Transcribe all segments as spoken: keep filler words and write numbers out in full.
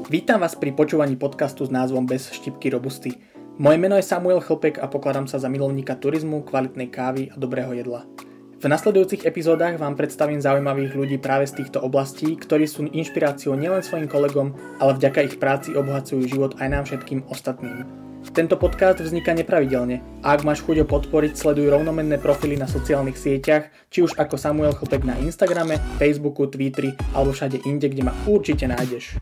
Vítam vás pri počúvaní podcastu s názvom Bez štipky robusty. Moje meno je Samuel Chlpek a pokladám sa za milovníka turizmu, kvalitnej kávy a dobrého jedla. V nasledujúcich epizódach vám predstavím zaujímavých ľudí práve z týchto oblastí, ktorí sú inšpiráciou nielen svojim kolegom, ale vďaka ich práci obohacujú život aj nám všetkým ostatným. Tento podcast vzniká nepravidelne a ak máš chuť ho podporiť, sleduj rovnomenné profily na sociálnych sieťach, či už ako Samuel Chlpek na Instagrame, Facebooku, Twitteri alebo všade inde, kde ma určite nájdeš.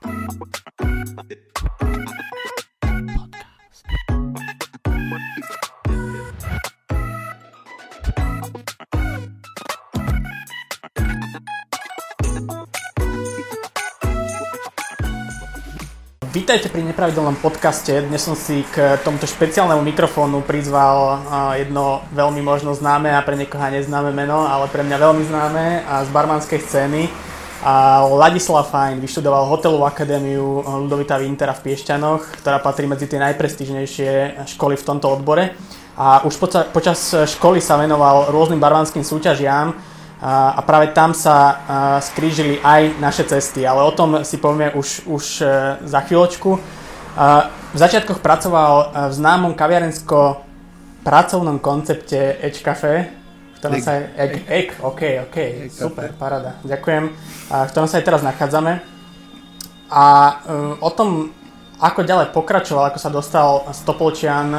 Vítajte pri nepravidelnom podcaste. Dnes som si k tomuto špeciálnemu mikrofónu prizval jedno veľmi možno známe a pre niekoho neznáme meno, ale pre mňa veľmi známe a z barmanskej scény. Ladislav Fajn vyštudoval hotelovú akadémiu Ludovita Wintera v Piešťanoch, ktorá patrí medzi tie najprestížnejšie školy v tomto odbore. A už poca- počas školy sa venoval rôznym barmanským súťažiam, a práve tam sa skrížili aj naše cesty, ale o tom si povieme už, už za chvíľočku. V začiatkoch pracoval v známom kaviarensko-pracovnom koncepte Edge Cafe, v ktorom sa aj... Egg, egg, ok, ok, egg super, cafe. Paráda, ďakujem. V ktorom sa aj teraz nachádzame. A o tom, ako ďalej pokračoval, ako sa dostal z Topolčian,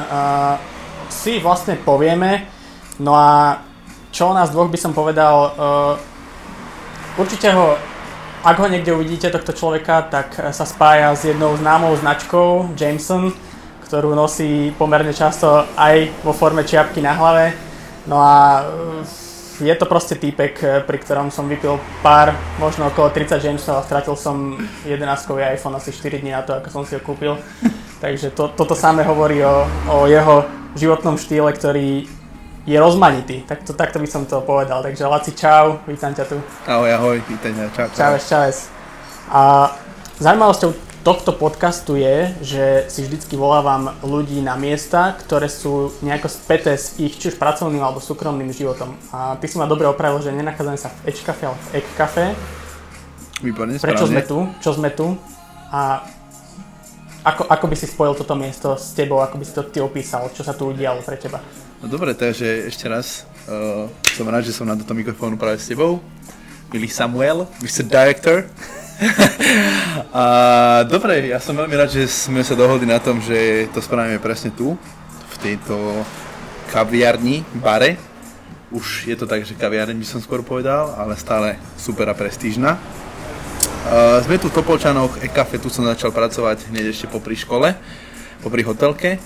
si vlastne povieme. No a čo o nás dvoch by som povedal, uh, určite ho, ak ho niekde uvidíte, tohto človeka, tak sa spája s jednou známou značkou Jameson, ktorú nosí pomerne často aj vo forme čiapky na hlave. No a uh, je to proste týpek, pri ktorom som vypil pár, možno okolo tridsať Jamesonov a stratil som jedenáskový iPhone asi štyri dní na to, ako som si ho kúpil. Takže to, toto samé hovorí o, o jeho životnom štýle, ktorý je rozmanitý, tak to, takto by som to povedal. Takže Laci, čau, vítam ťa tu. Ahoj, ahoj, vítam ťa, čau, čau. Čaves, čaves. A zaujímavosťou tohto podcastu je, že si vždycky volávam ľudí na miesta, ktoré sú nejako späté s ich či už pracovným alebo súkromným životom. A ty si ma dobre opravil, že nenachádzame sa v Edge Cafe, ale v Egg Cafe. Výborne, správne. Prečo sme tu? Čo sme tu? A ako, ako by si spojil toto miesto s tebou, ako by si to ty opísal, čo sa tu udialo pre teba? No dobre, takže ešte raz, uh, som rád, že som na toto mikrofónu práve s tebou. Milý Samuel, mister Director. A dobre, ja som veľmi rád, že sme sa dohodli na tom, že to spravíme presne tu, v tejto kaviarni, bare. Už je to tak, že kaviareň by som skôr povedal, ale stále super a prestížna. Uh, sme tu v Topolčanoch, Egg Cafe, tu som začal pracovať hneď ešte popri škole, popri hotelke.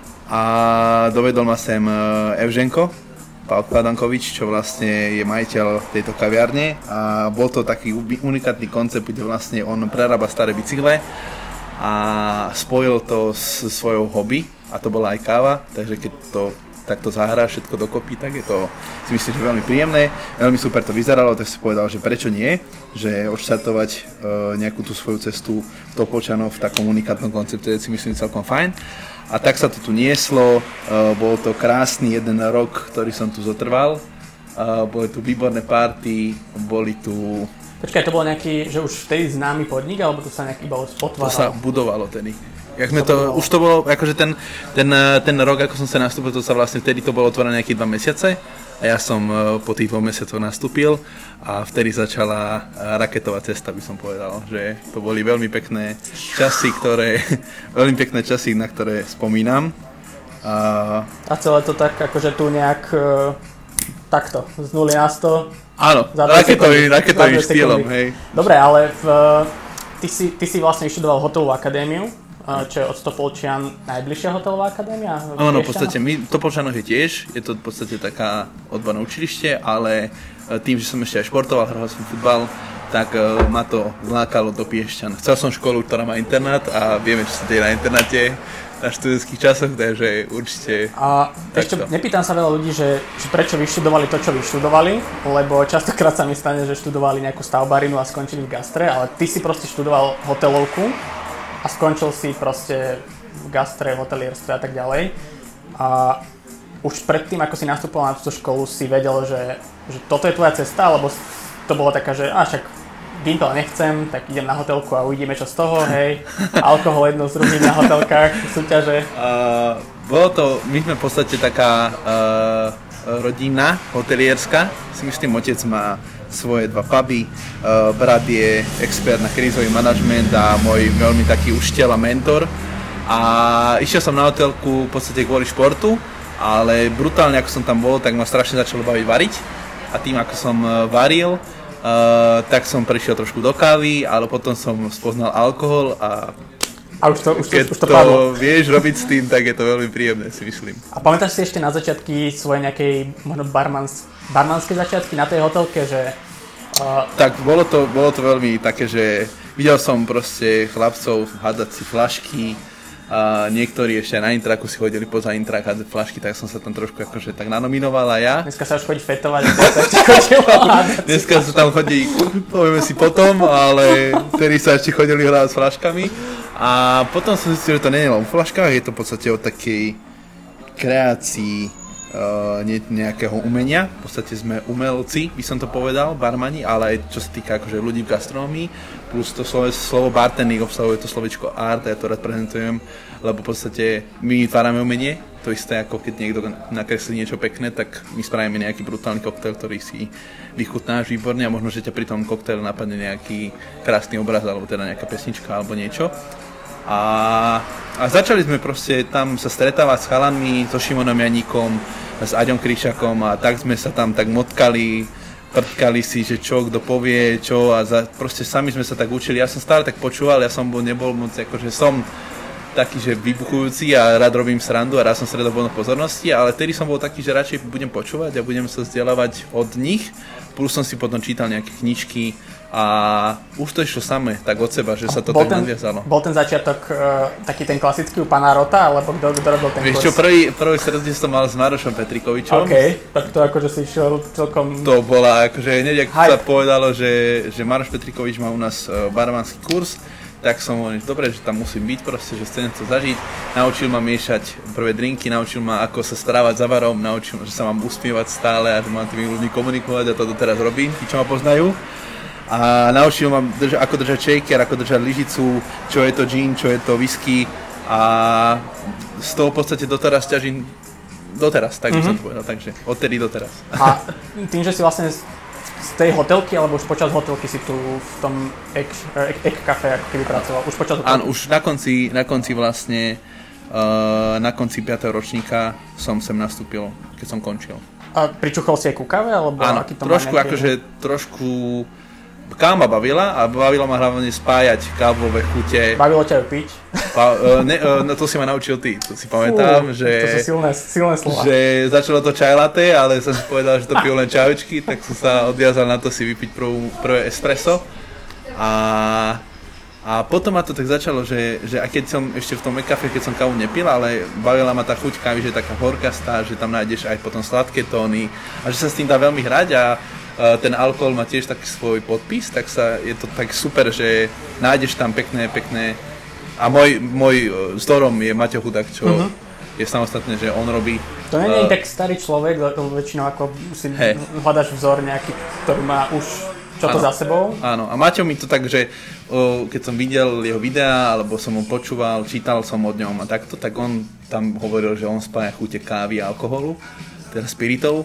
A dovedol ma sem Evženko, Pál Kladankovič, čo vlastne je majiteľ tejto kaviarne a bol to taký unikátny koncept, kde vlastne on prerába staré bicykle a spojil to s svojou hobby a to bola aj káva, takže keď to takto zahrá všetko dokopy, tak je to, si myslím, že veľmi príjemné, veľmi super to vyzeralo, tak si povedal, že prečo nie, že odštartovať e, nejakú tú svoju cestu v Topolčanoch v takom unikátnom koncepte je si myslím celkom fajn. A tak sa to tu nieslo, uh, bol to krásny jeden rok, ktorý som tu zotrval, uh, boli tu výborné party, boli tu... Počkaj, to bol nejaký, že už vtedy známy podnik, alebo to sa nejaký iba otváral? To sa budovalo tedy. Jak sme to, už to bolo, akože ten, ten, ten rok, ako som sa nastúpil, to sa vlastne vtedy to bolo otvorené nejaké dva mesiace a ja som uh, po tých dvoch mesiacoch nastúpil a vtedy začala raketová cesta, by som povedal, že to boli veľmi pekné časy, ktoré, veľmi pekné časy, na ktoré spomínam. A, a celé to tak, akože tu nejak uh, takto, z nuly na sto. Áno, raketovým, raketovým štýlom, hej. Dobre, ale v, ty, si, ty si vlastne vyštudoval hotelovú akadémiu, čo je od Topolčian najbližšia hotelová akadémia? Áno, v podstate, my, Topolčanoch je tiež, je to v podstate taká odborné učilište, ale tým, že som ešte aj športoval, hral som futbal, tak uh, ma to zlákalo do Piešťan. Chcel som školu, ktorá má internát a vieme, čo sa deje na internáte na študentských časoch, takže určite... A ešte nepýtam sa veľa ľudí, že, že prečo vyštudovali to, čo vyštudovali, lebo častokrát sa mi stane, že študovali nejakú stavbarinu a skončili v gastre, ale ty si proste študoval hotelovku a skončil si proste v gastre, v hotelierstve a tak ďalej. A už predtým, ako si nastupoval na túto školu, si vedel, že, že toto je tvoja cesta, alebo to bolo taká, že a však Gimpel nechcem, tak idem na hotelku a uvidíme čo z toho, hej. Alkohol jedno s druhým na hotelkách, súťaže. Uh, bolo to, my sme v podstate taká uh, rodina hotelierska. Si myslím, otec má svoje dva puby, uh, brat je expert na krízový manažment a môj veľmi taký učiteľ a mentor. A išiel som na hotelku v podstate kvôli športu, ale brutálne ako som tam bol, tak ma strašne začalo baviť variť. A tým ako som varil, Uh, tak som prešiel trošku do kávy, ale potom som spoznal alkohol a, a už to, už to, keď už to, to padlo. vieš robiť s tým, tak je to veľmi príjemné, si myslím. A pamätáš si ešte na začiatky svoje nejakej možno barmans, barmanské začiatky na tej hotelke, že... Uh... Tak bolo to, bolo to veľmi také, že videl som proste chlapcov hádzať si flašky, a niektorí ešte na intraku si chodili poza intrak hádzať flašky, tak som sa tam trošku akože tak nanominoval a ja. Dneska sa už chodí fetovať, sa ešte chodilo hádzať. Dneska sa tam chodí, povieme si potom, ale vtedy sa ešte chodili hrávať s flaškami. A potom som zistil, že to nie je len v flaškách, je to v podstate o takej kreácii uh, ne, nejakého umenia. V podstate sme umelci, by som to povedal, barmani, ale aj čo sa týka akože ľudí v gastronómii. Plus to slovo, slovo bartending obsahuje to slovičko art a ja to rád prezentujem, lebo v podstate my vytvárame umenie, to isté ako keď niekto nakreslí niečo pekné, tak my spravíme nejaký brutálny koktail, ktorý si vychutnáš výborne a možno, že ťa pri tom koktaile napadne nejaký krásny obraz alebo teda nejaká pesnička alebo niečo. A, a začali sme proste tam sa stretávať s chalanmi, so Šimonom Janíkom, s Aďom Kryšakom a tak sme sa tam tak motkali, prtkali si, že čo, kto povie, čo a za, proste sami sme sa tak učili. Ja som stále tak počúval, ja som bol, nebol moc, akože som taký, že vybuchujúci a rád robím srandu a rád som stredobodnou pozornosti, ale vtedy som bol taký, že radšej budem počúvať a budem sa vzdelávať od nich. Plus som si potom čítal nejaké knižky a už to išlo samé, tak od seba, že sa to tak nadviazalo. Bol ten začiatok uh, taký ten klasický u pána Rota, alebo kto, kto robil ten kurz? Vieš čo, prvý, prvý stretnutie som mal s Marošom Petrikovičom. OK, tak to akože si išiel celkom... To bola akože, hneď ak sa povedalo, že, že Maroš Petrikovič má u nás uh, barmanský kurz, tak som hovoril, dobre, že tam musím byť proste, že chcem to zažiť. Naučil ma miešať prvé drinky, naučil ma ako sa starávať za barom, naučil ma, že sa mám usmievať stále a že mám tými ľuďmi komunikovať a to doteraz robím, tí, čo ma poznajú. A naučil ma, drža, ako držať shaker, ako držať lyžicu, čo je to gin, čo je to whisky a z toho v podstate doteraz ťažím, doteraz, tak by mm-hmm. som to povedal, takže odtedy doteraz. A tým, že si vlastne z tej hotelky, alebo už počas hotelky si tu v tom Ek, Ek, Ek Café ako keby pracoval, už počas hotelky? Áno, už na konci, na konci vlastne, uh, na konci piateho ročníka som sem nastúpil, keď som končil. A pričuchol si aj ku káve, alebo áno, aký to trošku má nejaké... akože, trošku... Káva ma bavila a bavilo ma hlavne spájať kávové chute. Bavilo ťa ju piť? Pa, uh, ne, uh, no to si ma naučil ty, to si pamätám, Fú, že... To sú silné, silné slova. Že začalo to čaj latte, ale som si povedal, že to pijú len čajočky, tak som sa odviazal na to si vypiť prvú, prvé espresso. A, a potom ma to tak začalo, že, že aj keď som ešte v tom McCafe, keď som kávu nepil, ale bavila ma tá chuť kávy, že je taká horkastá, že tam nájdeš aj potom sladké tóny a že sa s tým dá veľmi hrať a ten alkohol má tiež taký svoj podpis, tak sa, je to tak super, že nájdeš tam pekné, pekné a môj, môj vzorom je Maťo Chudák, čo uh-huh. je samostatné, že on robí. To nie je uh, tak starý človek, väčšinou ako si hey. hľadaš vzor nejaký, ktorý má už čo to áno, za sebou. Áno, a Maťo mi to tak, že o, keď som videl jeho videá, alebo som ho počúval, čítal som od ňom a takto, tak on tam hovoril, že on spája chute kávy a alkoholu, teda spiritov.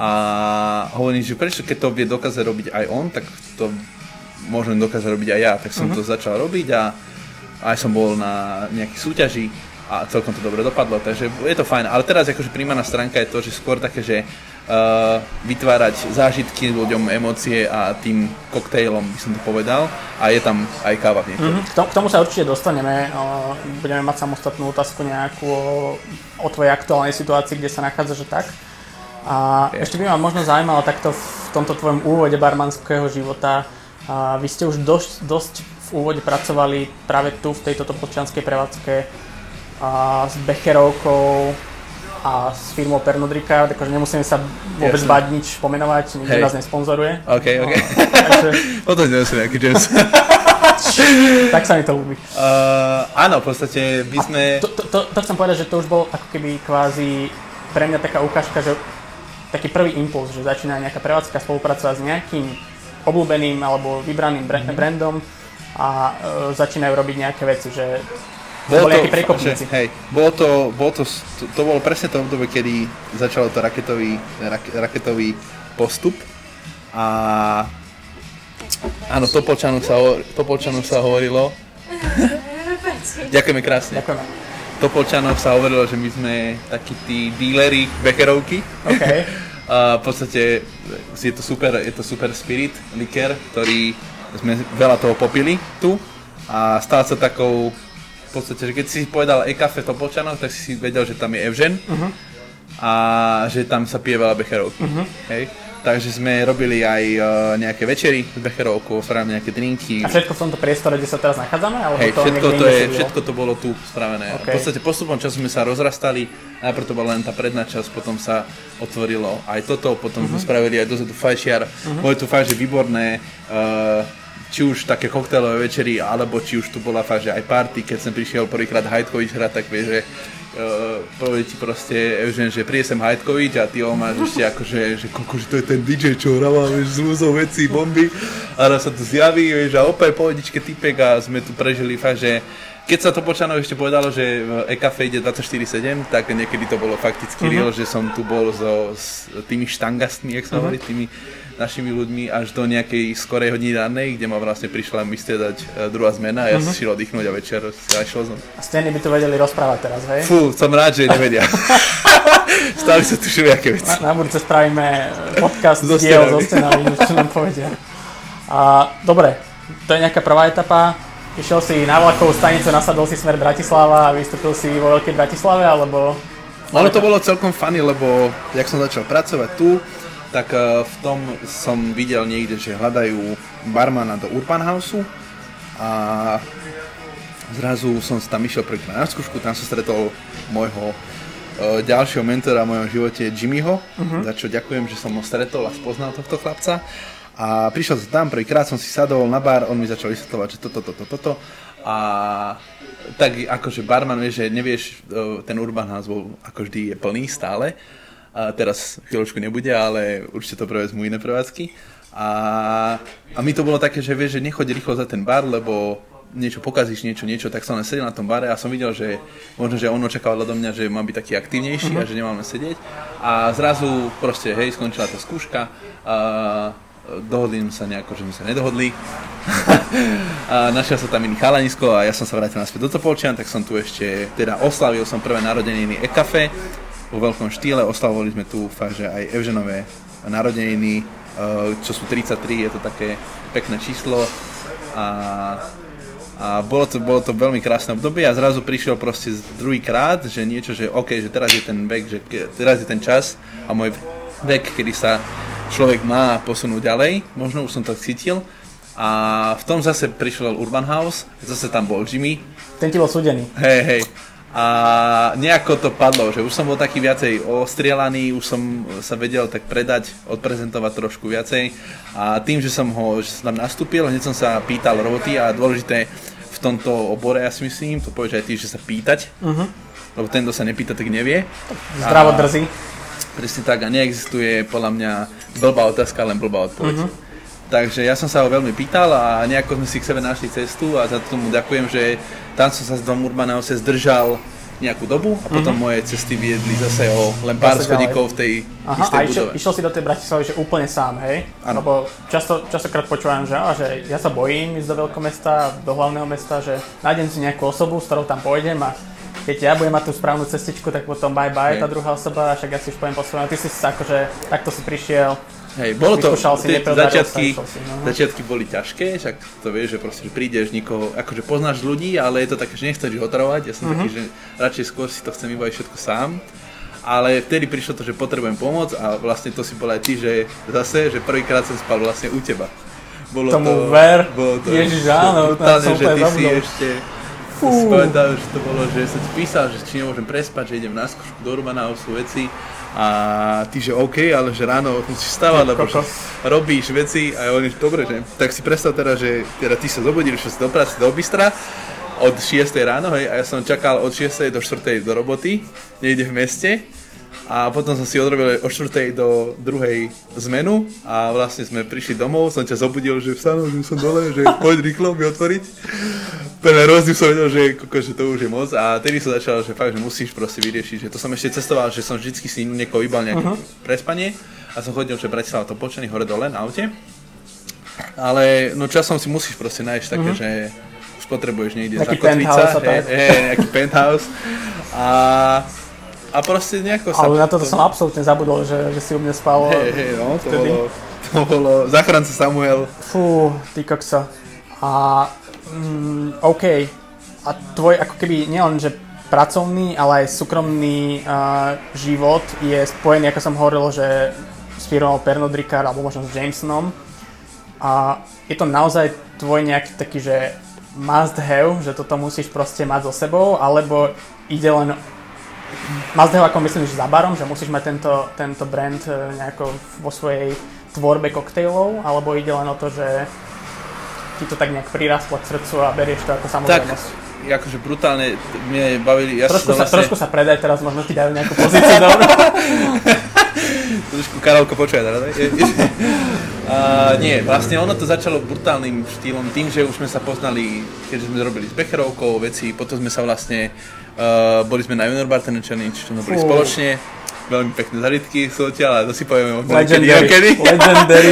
A hovorím, že prečo keď to vie dokázať robiť aj on, tak to môžem dokázať robiť aj ja. Tak som uh-huh. to začal robiť a aj som bol na nejakých súťaži a celkom to dobre dopadlo, takže je to fajn. Ale teraz akože príjmaná stránka je to, že skôr také, že uh, vytvárať zážitky ľuďom, emócie a tým koktejlom by som to povedal a je tam aj káva v niektorých. Uh-huh. K tomu sa určite dostaneme, uh, budeme mať samostatnú otázku nejakú o, o tvojej aktuálnej situácii, kde sa nachádzaš, že tak. A je. Ešte by ma možno zaujímalo takto v tomto tvojom úvode barmanského života. A vy ste už dosť, dosť v úvode pracovali práve tu v tejto občianskej prevádzke a s Becherovkou a s firmou Pernod Ricard, takže nemusíme sa vôbec Jasne. báť nič pomenovať, nikto nás nesponzoruje. OK, OK. No, takže... Potom nemusí nejaký jazz. Tak sa mi to ľúbi. Uh, áno, v podstate my sme... To, to, to, to chcem povedať, že to už bol ako keby kvázi pre mňa taká ukážka, že taký prvý impuls, že začína nejaká prevádzka spolupracovať s nejakým obľúbeným alebo vybraným brandom a uh, začínajú robiť nejaké veci, že bolo boli to, prekopníci. že, hej, bolo to, bolo to, to, to bolo presne to obdobie, kedy začalo to raketový, rak, raketový postup a áno, Topolčanu sa, Topolčanu sa hovorilo. Ďakujeme krásne. Ďakujeme. Topolčanov sa hovorilo, že my sme takí tí díleri becherovky. Okay. A v podstate je to super, je to super spirit, likér, ktorý sme veľa toho popili tu a stal sa takou, v podstate, že keď si povedal e-kafe Topolčanov, tak si vedel, že tam je Evžen uh-huh. a že tam sa pije veľa becherovky. Uh-huh. Hej? Takže sme robili aj uh, nejaké večery s becherovkou, spravili nejaké drinky. A všetko v tomto priestore, kde sa teraz nachádzame? Alebo Hej, to všetko, to je, všetko to bolo tu spravené. Okay. V podstate postupom času sme sa rozrastali, najprv to bola len tá predná časť, potom sa otvorilo aj toto, potom uh-huh. sme spravili aj dozadu fajčiar. Uh-huh. Boli tu fakt, že výborné, uh, či už také koktejlové večery, alebo či už tu bola fakt, že aj party, keď som prišiel prvýkrát Hajtkovič hrať, tak vieš, že Uh, povie ti proste Evžen, že príde sem Hajtkovič a ty ho máš ešte akože, že koľko, že to je ten dý džej, čo hráva, vieš, z lúzov veci, bomby a raz sa tu zjaví, vieš, a opäť pohodičke typek a sme tu prežili fakt, že keď sa Topolčanov ešte povedalo, že v e-kafe ide dvadsaťštyri sedem, tak niekedy to bolo fakticky uh-huh. real, že som tu bol so, s tými štangastmi, jak sa uh-huh. hovorí, tými našimi ľuďmi až do nejakej skorej hodiny rannej, kde ma vlastne prišla vystriedať uh, druhá zmena a ja uh-huh. si šiel oddychnúť a večer zašiel som. A steny by to vedeli rozprávať teraz, hej? Fú, som rád, že nevedia. Stále sa tu všelijaké veci. Na, na budúce spravíme podcast so diel so stenami, čo nám povedia. A, dobre, to je nejaká prvá etapa. Išiel si na vlakovú stanicu, nasadol si smer Bratislava a vystúpil si vo Veľkej Bratislave, alebo... Ono to bolo celkom funny, lebo jak som začal pracovať tu, tak v tom som videl niekde, že hľadajú barmana do Urban Houseu a zrazu som tam išiel prvýkrát na skúšku, tam som stretol môjho uh, ďalšieho mentora v mojom živote, Jimmyho, uh-huh. za čo ďakujem, že som ho stretol a spoznal tohto chlapca. A prišiel som tam, prvýkrát som si sadol na bar, on mi začal vysvetľovať, že toto, toto, toto. A tak akože barman, vieš, že nevieš, ten Urban House bol ako vždy je plný stále. A teraz chvíľočku nebude, ale určite to prevezmú iné prevádzky. A, a mi to bolo také, že vieš, že nechoď rýchlo za ten bar, lebo niečo pokazíš, niečo, niečo, tak som len sedel na tom bare a som videl, že možno, že on očakával do mňa, že mám byť taký aktívnejší uh-huh. a že nemám len sedieť. A zrazu proste, hej, skončila tá skúška. A dohodli sme sa nejako, že sme sa nedohodli. A našiel sa tam iný chalanisko a ja som sa vrátil naspäť do Topolčian, tak som tu ešte, teda oslavil som prvé narodeniny e-kafe vo veľkom štýle, oslavovali sme tu fakt, že aj Evženové narodeniny, čo sú tridsaťtri, je to také pekné číslo a, a bolo, to, bolo to veľmi krásne obdobie a zrazu prišiel proste druhýkrát, že niečo, že OK, že teraz je ten vek, že teraz je ten čas a môj vek, kedy sa človek má posunúť ďalej, možno už som to cítil a v tom zase prišiel Urban House, zase tam bol Jimmy. Ten ti bol súdený. Hej, hej. A nejako to padlo, že už som bol taký viacej ostrielaný, už som sa vedel tak predať, odprezentovať trošku viacej a tým, že som ho že som tam nastúpil, hneď som sa pýtal roboty a dôležité v tomto obore, ja si myslím, to povieš aj ty, že sa pýtať, uh-huh. lebo ten, kto sa nepýta, tak nevie. Zdravo drzí. Presne tak a neexistuje podľa mňa blbá otázka, len blbá odpoveď. Uh-huh. Takže ja som sa ho veľmi pýtal a nejako sme si k sebe našli cestu a za tomu ďakujem, že tam som sa z Dom Urban House zdržal nejakú dobu a potom mm-hmm. moje cesty viedli zase o len pár schodíkov v tej Aha, istej a išiel, budove. išiel si do tej Bratislavy, že úplne sám, hej? Ano. Lebo často, častokrát počúvam, že, á, že ja sa bojím ísť do veľkomesta, do hlavného mesta, že nájdem si nejakú osobu, s ktorou tam pôjdem a keď ja budem mať tú správnu cestičku, tak potom bye bye je. Tá druhá osoba, však ja si už poviem po svojom. Ty si sa akože, takto si prišiel. Hej, bolo to, si, tie začiatky, si, no. začiatky boli ťažké, však to vieš, že proste že prídeš nikoho, akože poznáš ľudí, ale je to také, že nechceš ich otravovať, ja som uh-huh. taký, že radšej skôr si to chcem vybaviť všetko sám, ale vtedy prišlo to, že potrebujem pomoc a vlastne to si bol aj ty, že zase, že prvýkrát som spal vlastne u teba. Bolo Tomu to, ver, bolo to, ježiš áno, tam som že ty si ešte, si povedal, že to bolo, že som ti písal, že či nemôžem prespať, že idem na skúšku do Urban Houseu veci. A ty, že OK, ale že ráno musíš stávať, lebo že robíš veci a on je dobre, že? Tak si predstav teraz, že teda ty sa zobudil, išiel si do práce, do bystra od šiestej ráno, hej, a ja som čakal od šiestej do štvrtej do roboty, niekde v meste A potom som si odrobil o štvrtej do druhej zmenu a vlastne sme prišli domov, som ťa zobudil, že vstanul, že som dole, že poď rýchlo mi otvoriť. Plne rozdiv som vedel, že, koko, že to už je moc a tedy som začal, že fakt, že musíš proste vyriešiť, že to som ešte cestoval, že som vždycky si niekoho vybal nejaké uh-huh. prespanie a som chodil, že Bratislava to počaný hore dole na aute. Ale no časom si musíš proste nájsť také, uh-huh. že už potrebuješ niekde zakotviť sa, nejaký penthouse a A proste nejako sa... Ale na toto to... som absolútne zabudol, že, že si u mňa spal. Hej, hej, no, to vtedy. bolo, to bolo, záchranca Samuel. Fú, ty kokso. A, mm, OK. A tvoj, ako keby, nielen, že pracovný, ale aj súkromný uh, život je spojený, ako som hovoril, že s firmou Pernod Ricard, alebo možno s Jamesonom. A je to naozaj tvoj nejaký taký, že must have, že toto musíš proste mať so sebou, alebo ide len... Must have, ako myslím, že za barom, že musíš mať tento, tento brand nejako vo svojej tvorbe koktejlov, alebo ide len o to, že ti to tak nejak prirastlo k srdcu a berieš to ako samozrejmosť? Tak, akože brutálne mne bavili... Ja trošku, sa, vlastne... trošku sa predaj teraz, možno ti dajú nejakú pozíciu, dobre? Trošku Karolko počuje teraz, Uh, nie, vlastne ono to začalo brutálnym štýlom, tým, že už sme sa poznali, keďže sme robili s Becherovkou veci, potom sme sa vlastne, uh, boli sme na Junior Bartender Challenge, čo sme boli spoločne, veľmi pekné zažitky sú odtiaľ, ale to si povieme o Legendary, legendary.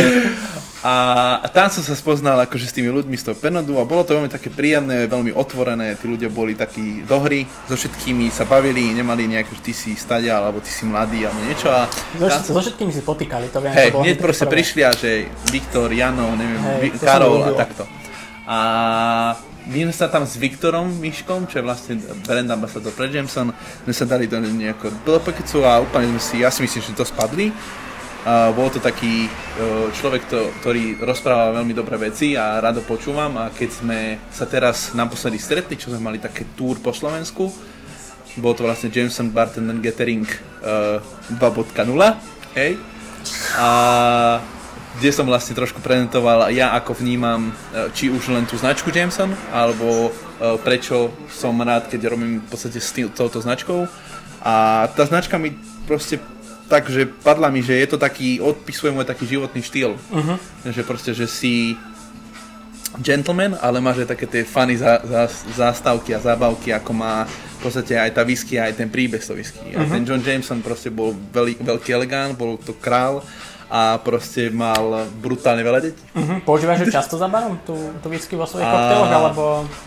A, a tam som sa spoznal akože s tými ľuďmi z toho Pernodu a bolo to veľmi také príjemné, veľmi otvorené, tí ľudia boli takí do hry, so všetkými sa bavili, nemali nejaké, že ty si stadia, alebo ty si mladý, alebo niečo a... So, tam... so všetkými si potýkali, to viem. Hej, hneď proste prvé. Prišli a že Viktor, Jano, neviem, hey, Karol a takto. A my sme sa tam s Viktorom Miškom, čo je vlastne brand ambassador pre Jameson, sme sa dali do nejako do pokecu a úplne sme si, ja si myslím, že to spadli. Uh, bol to taký uh, človek, to, ktorý rozprával veľmi dobré veci a rado počúvam a keď sme sa teraz naposledy stretli, čo sme mali také tour po Slovensku, bol to vlastne Jameson Bartender Gathering uh, dva bodka nula, hej, a kde som vlastne trošku prezentoval ja ako vnímam uh, či už len tú značku Jameson, alebo uh, prečo som rád, keď robím v podstate s tý, touto značkou a tá značka mi proste takže padla mi, že je to taký, odpisuje môj taký životný štýl. Uh-huh. Že proste, že si gentleman, ale máš aj také tie funny zá, zá, zástavky a zábavky, ako má v podstate aj tá whisky, aj ten príbeh z toho whisky. Uh-huh. A ten John Jameson proste bol veľký, veľký elegant, bol to král a proste mal brutálne veľa detí. Uh-huh. Používaš ju často za barom, tú, tú whisky vo svojich a... koktejloch, alebo...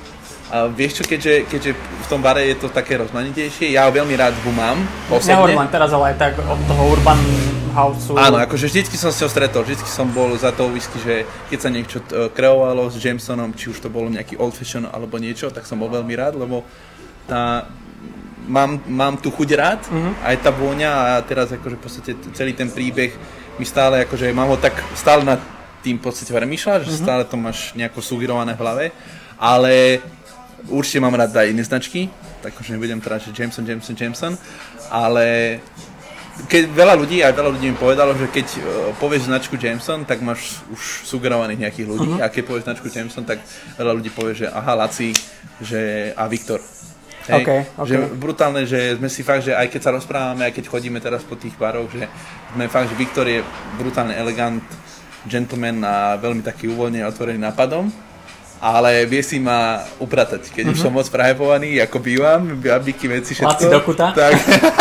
A vieš čo, keďže, keďže v tom bare je to také rozmanitejšie, ja ho veľmi rád ho mám osobne. Nehovorím len teraz, ale aj tak od toho Urban Houseu. Áno, akože vždycky som si ho stretol, vždycky som bol za toho whisky, že keď sa niečo kreovalo s Jamesonom, či už to bolo nejaký Old Fashion alebo niečo, tak som bol veľmi rád, lebo tá, mám, mám tu chuť rád, uh-huh. aj tá vôňa a teraz akože v podstate celý ten príbeh mi stále akože mám ho tak stále nad tým v podstate premýšľať, že uh-huh. stále to máš nejako sugerované v hlave, ale určite mám rád aj iné značky, takže nebudem teraz, že Jameson, Jameson, Jameson, ale keď veľa ľudí, aj veľa ľudí mi povedalo, že keď uh, povieš značku Jameson, tak máš už sugerovaných nejakých ľudí, uh-huh. a keď povieš značku Jameson, tak veľa ľudí povie, že aha, Laci, že a Viktor. Hej, okay, okay. Že brutálne, že sme si fakt, že aj keď sa rozprávame, aj keď chodíme teraz po tých baroch, že sme fakt, že Viktor je brutálne elegant, gentleman a veľmi taký uvoľnený a otvorený nápadom. Ale vie si ma upratať, keď mm-hmm. už som moc prahepovaný, ako bývam, abiky veci, všetko. Laci do kuta. Tak.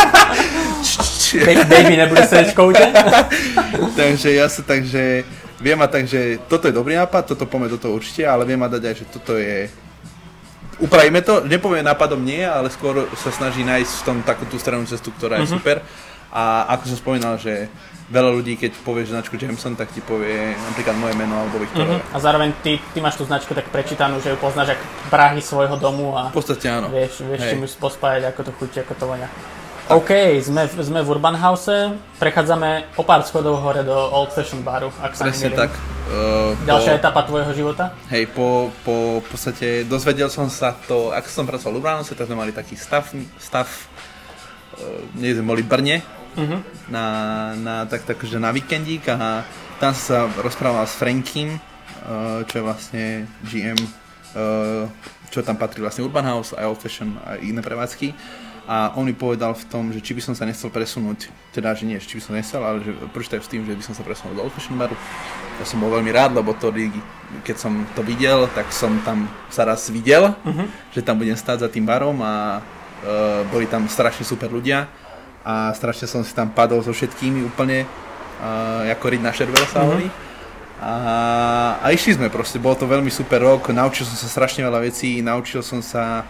Baby nebude sedieť v koute. Takže ja sa takže, viem ma tak, že toto je dobrý nápad, toto poďme do toho určite, ale viem ma dať aj, že toto je... Upravíme to, nepoviem nápadom nie, ale skôr sa snaží nájsť v tom takú tú strannú cestu, ktorá je mm-hmm. super. A ako som spomínal, že veľa ľudí, keď povieš značku Jameson, tak ti povie napríklad moje meno alebo Viktorové. Uh-huh. A zároveň ty, ty máš tú značku tak prečítanú, že ju poznáš ako prahy svojho domu a v podstate áno. vieš, vieš čím ju pospájať, ako to chutí, ako to vonia. OK, sme, sme v Urban House, prechádzame o pár schodov hore do Old Fashion baru, ak sa Presne nemýlim. tak. Uh, Ďalšia po, etapa tvojho života? Hej, po, po v podstate dozvedel som sa to, ako som pracoval v Urban House, tak sme mali taký stav, stav uh, nie sme boli v Brne, uh-huh. na, na, tak, tak, že na víkendík a tam sa rozprával s Frankiem, uh, čo je vlastne G M, uh, čo tam patrí vlastne Urban House, aj Old Fashion a iné prevádzky. A on mi povedal v tom, že či by som sa nechcel presunúť, teda že nie, či by som nechcel, ale že počítaj s tým, že by som sa presunul do Old Fashion baru. Ja som bol veľmi rád, lebo to, keď som to videl, tak som tam sa raz videl, uh-huh. že tam budem stáť za tým barom a uh, boli tam strašne super ľudia a strašne som si tam padol so všetkými úplne, uh, ako riť na šerbel sa hovorí. Uh-huh. A, a išli sme proste, bol to veľmi super rok, naučil som sa strašne veľa vecí, naučil som sa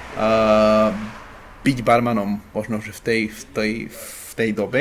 uh, byť barmanom, možno, že v tej, v tej, v tej dobe,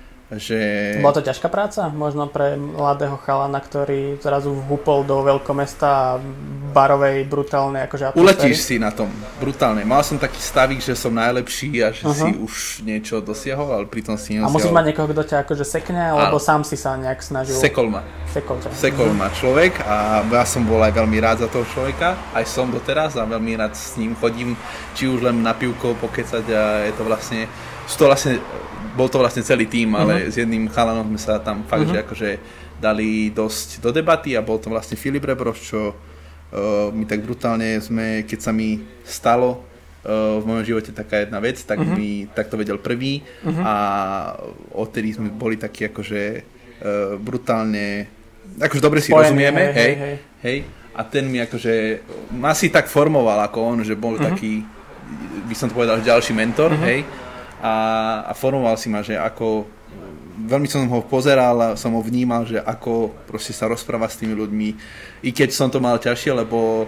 že... Bola to ťažká práca? Možno pre mladého chalana, ktorý zrazu vhúpol do veľkomesta a barovej, brutálnej akože atmosféry? Uletíš si na tom, brutálne. Mal som taký stavík, že som najlepší a že uh-huh. si už niečo dosiahol, ale pritom si nedosiahol. A musíš mať niekoho, kto ťa akože sekne, alebo sám si sa nejak snažil? Sekol ma. Sekol ťa. Sekol ma človek a ja som bol aj veľmi rád za toho človeka, aj som doteraz a veľmi rád s ním chodím, či už len na pivko pokecať a je to vlastne, sú to vlastne, bol to vlastne celý tím, ale uh-huh. s jedným chalanom sme sa tam fakt, uh-huh. že akože dali dosť do debaty a bol to vlastne Filip Rebroš, čo uh, mi tak brutálne sme, keď sa mi stalo uh, v mojom živote taká jedna vec, tak uh-huh. mi tak to vedel prvý uh-huh. a odtedy sme boli takí akože uh, brutálne, akože dobre si Spojený, rozumieme, hej, hej, hej, hej. A ten mi akože, ma si tak formoval ako on, že bol uh-huh. taký, by som to povedal, ďalší mentor, uh-huh. hej. A, a formoval si ma, že ako, veľmi som ho pozeral a som ho vnímal, že ako proste sa rozpráva s tými ľuďmi, i keď som to mal ťažšie, lebo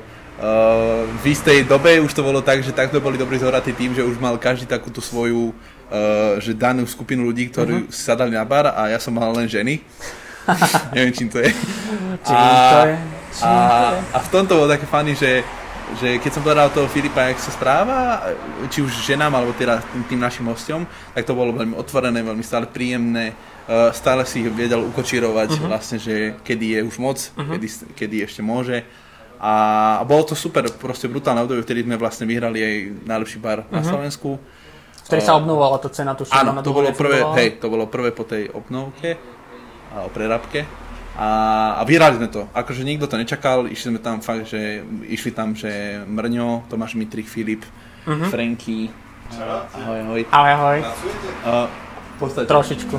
uh, v istej dobe už to bolo tak, že tak sme boli dobrí zohratí tým, že už mal každý takú tú svoju, uh, že danú skupinu ľudí, ktorí uh-huh. si sadali na bar a ja som mal len ženy. Neviem, čím to je. Čím a, to je? Čím a, to je? A v tomto bolo také funny, že že keď som povedal toho Filipa, jak sa správa, či už ženám, alebo teda tým, tým našim hosťom, tak to bolo veľmi otvorené, veľmi stále príjemné, uh, stále si vedel ukočírovať uh-huh. vlastne, že kedy je už moc, uh-huh. kedy, kedy ešte môže. A, a bolo to super, proste brutálne obdobie, vtedy sme vlastne vyhrali aj najlepší bar uh-huh. na Slovensku. Vtedy uh, sa obnovovala tá cena, tu áno, to bolo prvé, hej, to bolo prvé po tej obnovke a o prerábke. A, a vyhrali sme to, akože nikto to nečakal, išli sme tam fakt, že išli tam, že Mrňo, Tomáš Mitrik, Filip, uh-huh. Franky, ahoj, ahoj. Ahoj, ahoj. Uh, podstate... Trošičku.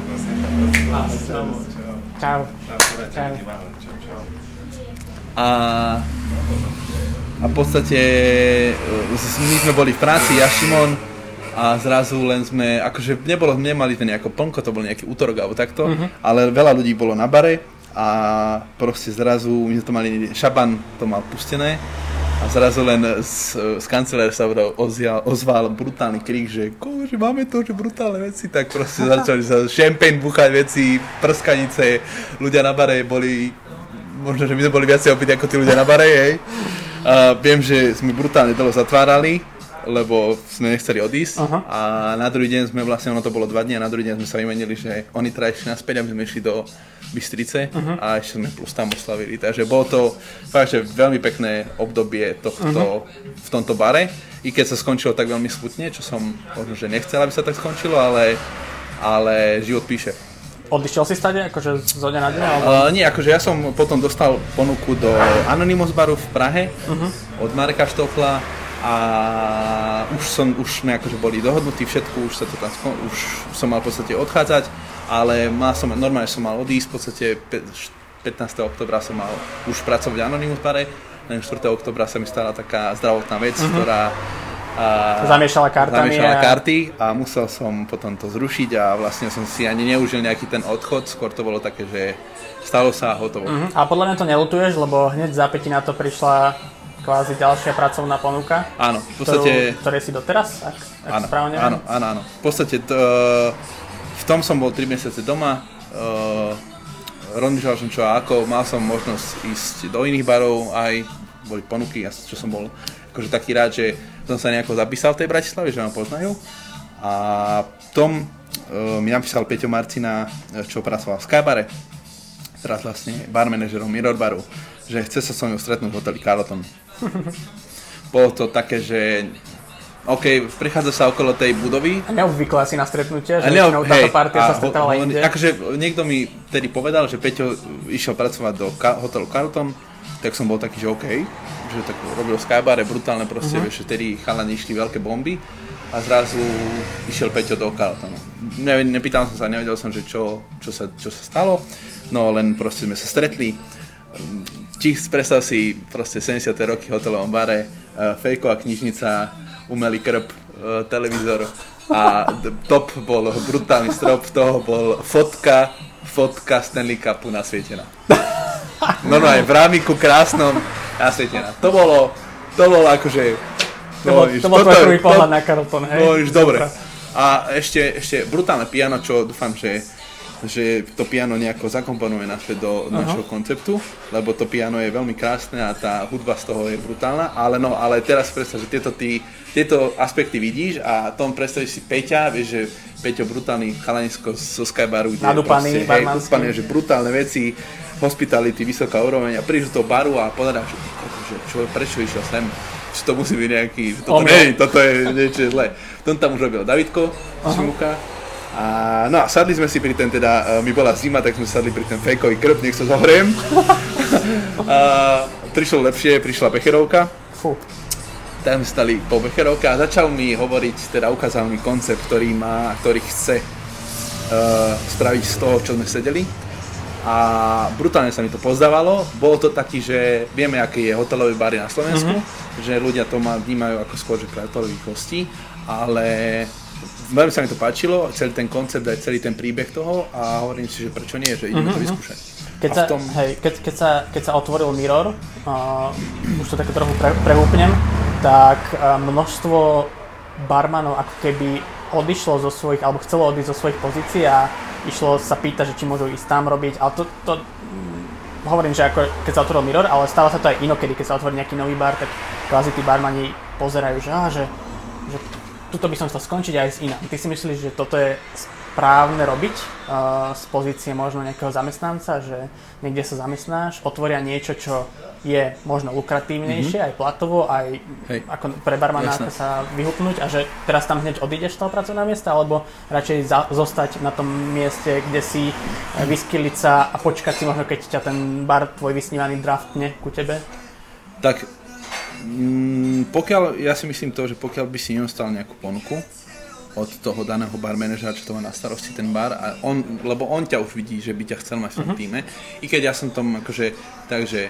Čau. Čau. A, a v podstate my sme boli v práci, ja, Šimon, a zrazu len sme, akože nebolo, nemali to nejako plnko, to bol nejaký útorok alebo takto, uh-huh. ale veľa ľudí bolo na bare. A proste zrazu, my sme to mali, Šaban to mal pustené a zrazu len z, z kancelára sa ozval, ozval brutálny krik, že ko, že máme to, že brutálne veci, tak proste začali sa šampaň buchať veci, prskanice, ľudia na bare boli, možno, že my sme boli viacej opití ako tí ľudia na bare, hej. A viem, že sme brutálne dlho zatvárali, lebo sme nechceli odísť. Aha. A na druhý deň sme vlastne, ono to bolo dva dni a na druhý deň sme sa vymenili, že oni teda išli naspäť a my sme išli do Bystrice uh-huh. a ešte sme plus tam oslavili. Takže bolo to fakt, že veľmi pekné obdobie tohto, uh-huh. v tomto bare. I keď sa skončilo tak veľmi smutne, čo som možno, že nechcel, aby sa tak skončilo, ale, ale život píše. Odišiel si stade, akože zo dňa na deň? Alebo... Uh, nie, akože ja som potom dostal ponuku do Anonymous baru v Prahe uh-huh. od Mareka Štofla. A už, som, už sme akože boli dohodnutí všetko, už, sa to tam, už som mal v podstate odchádzať, ale mal som, normálne som mal odísť, v podstate pätnásteho októbra som mal už pracovať v Anonymous bare, len štvrtého októbra sa mi stala taká zdravotná vec, uh-huh. ktorá a, zamiešala kartami zamiešala a... karty a musel som potom to zrušiť a vlastne som si ani neužil nejaký ten odchod, skôr to bolo také, že stalo sa a hotovo. Uh-huh. A podľa mňa to neľutuješ, lebo hneď v zápätí na to prišla kvázi ďalšia pracovná ponuka, áno, v podstate, ktorú, ktorej si doteraz, ak, ak áno, správne áno, áno, áno. V podstate to, v tom som bol tri mesiace doma, uh, rozmýšľal som čo a ako, mal som možnosť ísť do iných barov, aj boli ponuky, čo som bol akože taký rád, že som sa nejako zapísal v tej Bratislave, že ma poznajú. A v tom uh, mi napísal Peťo Marcina, čo pracoval v Skybare, teraz vlastne barmanažerom Mirror baru, že chce sa so mnou stretnúť v hoteli Carlton. Bolo to také, že OK, prechádza sa okolo tej budovy. A neobvyklé asi na stretnutie, že väčšinou táto partia sa stretala inde. Akože niekto mi tedy povedal, že Peťo išiel pracovať do ka- hotelu Carlton, tak som bol taký, že OK, že tak robil v Skybare, brutálne proste, uh-huh. vieš, tedy chalani išli veľké bomby. a zrazu išiel Peťo do Carltonu. Ne, nepýtal som sa, nevedel som, že čo, čo, sa, čo sa stalo, no len proste sme sa stretli. Čiž predstav si proste sedemdesiate roky v hotelovom bare, uh, fejková knižnica, umelý krb, uh, televízor a top bol brutálny strop, toho bol fotka, fotka Stanley Cupu nasvietená. No no aj v rámiku krásnom nasvietená. To bolo, to bolo akože... To bol, to bol tvoj prvý pohľad na Carlton, hej? No už dobre. A ešte, ešte brutálne piano, čo dúfam, že, že to piano nejako zakomponuje naspäť do uh-huh. našho konceptu, lebo to piano je veľmi krásne a tá hudba z toho je brutálna, ale no, ale teraz predstav, že tieto, tí, tieto aspekty vidíš a tom predstavíš si Peťa, vieš, že Peťo brutálny chalanisko zo Skybaru, kde nadúpaný, proste, hej, nadúpaný, že brutálne veci, hospitality, vysoká úroveň a prídeš do toho baru a pozeráš, že čo, prečo išiel sem? Že to musí byť nejaký, že toto nie, toto je niečo zlé. Tom tam už robil Davidko, Šimuka. A no a sadli sme si pri ten teda, mi bola zima, tak sme sadli pri ten fejkový krb, nech sa zohriem. A prišlo lepšie, prišla becherovka. Fú. Tak sme stali po becherovke a začal mi hovoriť, teda ukázal mi koncept, ktorý má, ktorý chce uh, spraviť z toho, čo sme sedeli. A brutálne sa mi to pozdávalo. Bolo to taký, že vieme, aký je hotelový bar na Slovensku, mm-hmm. že ľudia to má, vnímajú ako skôr, že pre hotelových hostí, ale veľmi sa mi to páčilo, celý ten koncept, aj celý ten príbeh toho a hovorím si, že prečo nie, že ideme mm-hmm. to vyskúšať. Keď sa, tom... hej, keď, keď, sa, keď sa otvoril Mirror, uh, už to také trochu pre, prehúpnem, tak uh, množstvo barmanov ako keby odišlo zo svojich, alebo chcelo odísť zo svojich pozícií a išlo sa pýtať, že či môžu ísť tam robiť, ale to, to hm, hovorím, že ako keď sa otvoril Mirror, ale stáva sa to aj inokedy, keď sa otvorí nejaký nový bar, tak kvázi tí barmani pozerajú, že, á, že, že tuto by som chcel skončiť aj s inám. Ty si myslíš, že toto je správne robiť uh, z pozície možno nejakého zamestnanca, že niekde sa zamestnáš, otvoria niečo, čo je možno lukratívnejšie, mm-hmm. aj platovo, aj Hej. ako pre barmana sa vyhupnúť a že teraz tam hneď odídeš z toho pracovného miesta, alebo radšej za, zostať na tom mieste, kde si vyskyliť sa a počkať si možno, keď ťa ten bar tvoj vysnívaný draftne ku tebe? Tak mm, pokiaľ, ja si myslím to, že pokiaľ by si neostal nejakú ponuku od toho daného barmanažera, čo to má na starosti ten bar, a on, lebo on ťa už vidí, že by ťa chcel mať v tom uh-huh. týme, i keď ja som tom akože, takže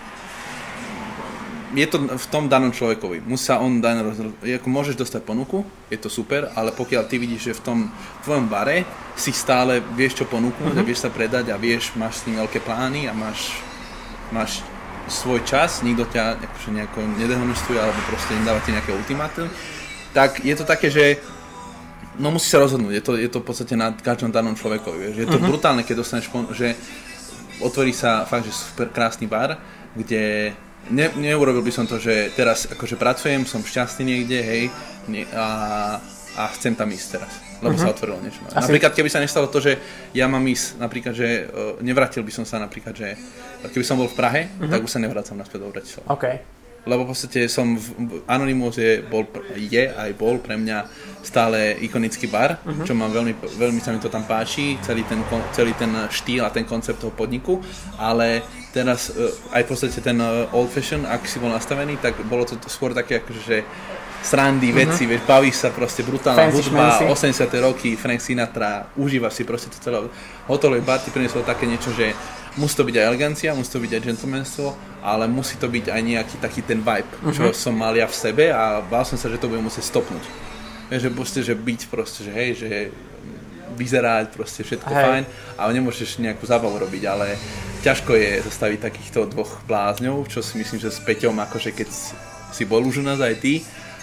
je to v tom danom človekovi, musí sa on daný rozhodnúť, ako môžeš dostať ponuku, je to super, ale pokiaľ ty vidíš, že v tom tvojom bare si stále vieš čo ponúknuť uh-huh. a vieš sa predať a vieš, máš s ním veľké plány a máš, máš svoj čas, nikto ťa akože nejako nedehonestuje alebo proste nedáva ti nejaké ultimátum, tak je to také, že no musí sa rozhodnúť, je to, je to v podstate na každom danom človekovi, vieš. Je to uh-huh. brutálne, keď dostaneš, že otvorí sa fakt, že super krásny bar, kde ne, neurobil by som to, že teraz akože pracujem, som šťastný niekde, hej, nie, a, a chcem tam ísť teraz, lebo uh-huh. sa otvorilo niečo. Asi... Napríklad, keby sa nestalo to, že ja mám ísť, napríklad, že uh, nevrátil by som sa napríklad, že keby som bol v Prahe, uh-huh. tak už sa nevracam naspäť do Bratislava. Okay. Lebo v podstate som v Anonymous je, bol, je aj bol pre mňa stále ikonický bar, uh-huh. čo mám veľmi, veľmi sa mi to tam páči, celý ten, celý ten štýl a ten koncept toho podniku, ale teraz aj v podstate ten old fashion, ak si bol nastavený, tak bolo to skôr také akože, že srandy, uh-huh. veci, vieš, bavíš sa proste, brutálna hudba, osemdesiate roky, Frank Sinatra, užívaš si proste to celé. Hotelový bar ti priniesol také niečo, že musí to byť aj elegancia, musí to byť aj gentlemanstvo, ale musí to byť aj nejaký taký ten vibe, čo uh-huh. som mal ja v sebe a bál som sa, že to budem musieť stopnúť. Vieš, že proste, že byť proste, že hej, že vyzerať proste všetko hey. Fajn, ale nemôžeš nejakú zábavu robiť, ale ťažko je zastaviť takýchto dvoch blázňov, čo si myslím, že s Peťom, akože keď si bol už u nás aj ty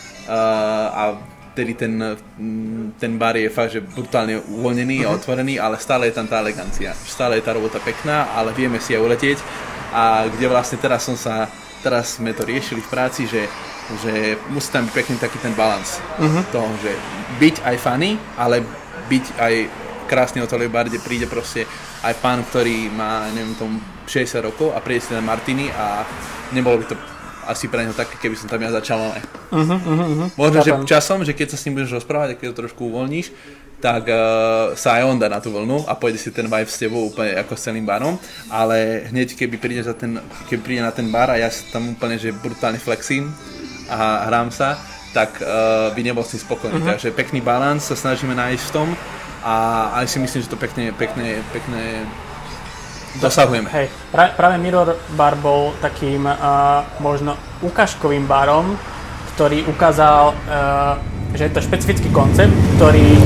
uh, a tedy ten, ten bar je fakt, že brutálne uvoľnený uh-huh. a otvorený, ale stále je tam tá elegancia. Stále je tá robota pekná, ale vieme si aj uletieť. A kde vlastne teraz som sa, teraz sme to riešili v práci, že, že musí tam byť pekný taký ten balans uh-huh. toho, že byť aj funny, ale byť aj krásny hotelový bar, kde príde proste aj pán, ktorý má, neviem tomu, šesťdesiat rokov a príde si na Martini a nebolo by to asi pre neho také, keby som tam ja začal, ale uh-huh, uh-huh. možno, že časom, že keď sa s ním budeš rozprávať a keď to trošku uvoľníš, tak uh, sa aj on dá na tú vlnu a pôjde si ten vibe s tebou úplne ako s celým barom, ale hneď keby príde, za ten, keby príde na ten bar a ja tam úplne, že brutálne flexím a hrám sa, tak uh, by nebol si spokojný. Uh-huh. Takže pekný balans sa snažíme nájsť v tom a aj si myslím, že to pekne, pekne, pekne dosahujeme. Hej, pra, práve Mirror Bar bol takým uh, možno ukážkovým barom, ktorý ukázal, uh, že je to špecifický koncept, ktorý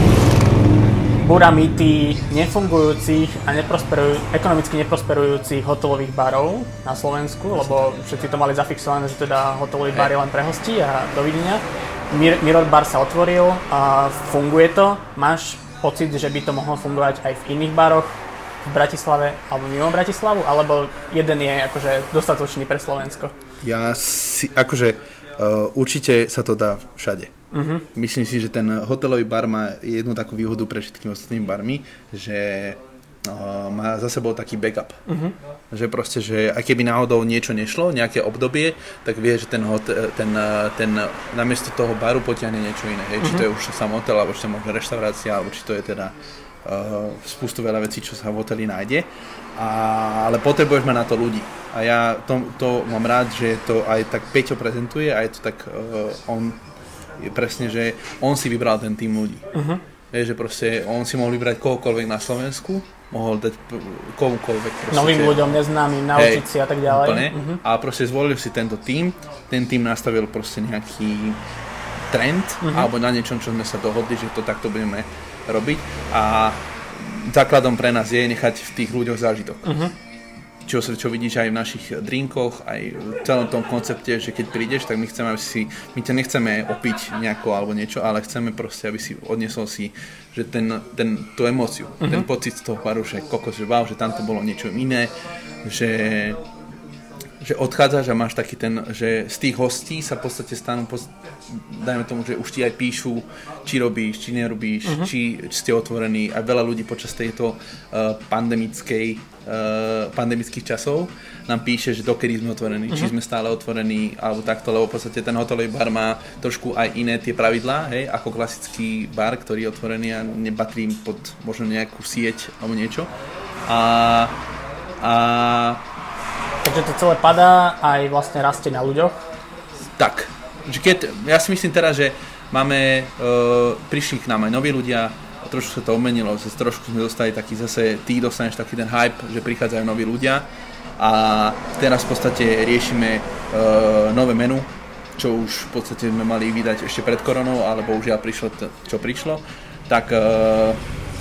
búra mýty nefungujúcich a neprosperuj, ekonomicky neprosperujúcich hotelových barov na Slovensku, lebo všetci to mali zafixované, že teda hotelový bar je len pre hostí a dovidenia. Mir, Mirror Bar sa otvoril a funguje to. Máš pocit, že by to mohlo fungovať aj v iných baroch v Bratislave alebo mimo Bratislavu, alebo jeden je akože dostatočný pre Slovensko? Ja si, akože uh, určite sa to dá všade. Uh-huh. Myslím si, že ten hotelový bar má jednu takú výhodu pre všetkými ostatnými barmi, že uh, má za sebou taký backup. Uh-huh. Že proste, že aj keby náhodou niečo nešlo, nejaké obdobie, tak vie, že ten, hotel, ten, ten namiesto toho baru potiahne niečo iné. Hej? Uh-huh. Či to je už sám hotel, alebo či to je možno reštaurácia, alebo či to je teda uh, spustu veľa vecí, čo sa v hoteli nájde. A, ale potrebuješ mať na to ľudí. A ja to, to mám rád, že to aj tak Peťo prezentuje a je to tak uh, on je presne, že on si vybral ten tým ľudí. Uh-huh. Je, že proste on si mohol vybrať kohokoľvek na Slovensku, mohol dať komukoľvek proste. Novým ľuďom, neznámym, naučiť si a tak ďalej. Úplne. Uh-huh. A proste zvolil si tento tým, ten tým nastavil proste nejaký trend, uh-huh. alebo na niečom, čo sme sa dohodli, že to takto budeme robiť. A základom pre nás je nechať v tých ľuďoch zážitok. Uh-huh. Čo, čo vidíš aj v našich drinkoch, aj v celom tom koncepte, že keď prídeš, tak my chceme, aby si, my ťa nechceme opiť nejako alebo niečo, ale chceme proste, aby si odniesol si, že ten, ten, tú emóciu, uh-huh. ten pocit z toho baru, že kokos, že wow, že tam to bolo niečo iné, že, že odchádzaš a máš taký ten, že z tých hostí sa v podstate stanú, dajme tomu, že už ti aj píšu, či robíš, či nerobíš, uh-huh. či, či ste otvorení, a veľa ľudí počas tejto uh, pandemickej Uh, pandemických časov nám píše, že dokedy sme otvorení, uh-huh. či sme stále otvorení alebo takto, lebo v podstate ten hotelový bar má trošku aj iné tie pravidlá, hej, ako klasický bar, ktorý je otvorený a nepatrí pod možno nejakú sieť alebo niečo. A, a... Takže to celé padá aj vlastne rastie na ľuďoch? Tak. Keď, ja si myslím teraz, že máme, uh, prišli k nám aj noví ľudia, trošku sa to omenilo, že trošku sme dostali taký zase, ty dostaneš taký ten hype, že prichádzajú noví ľudia a teraz v podstate riešime uh, nové menu, čo už v podstate sme mali vydať ešte pred koronou, ale bohužiaľ prišlo to, čo prišlo, tak, uh,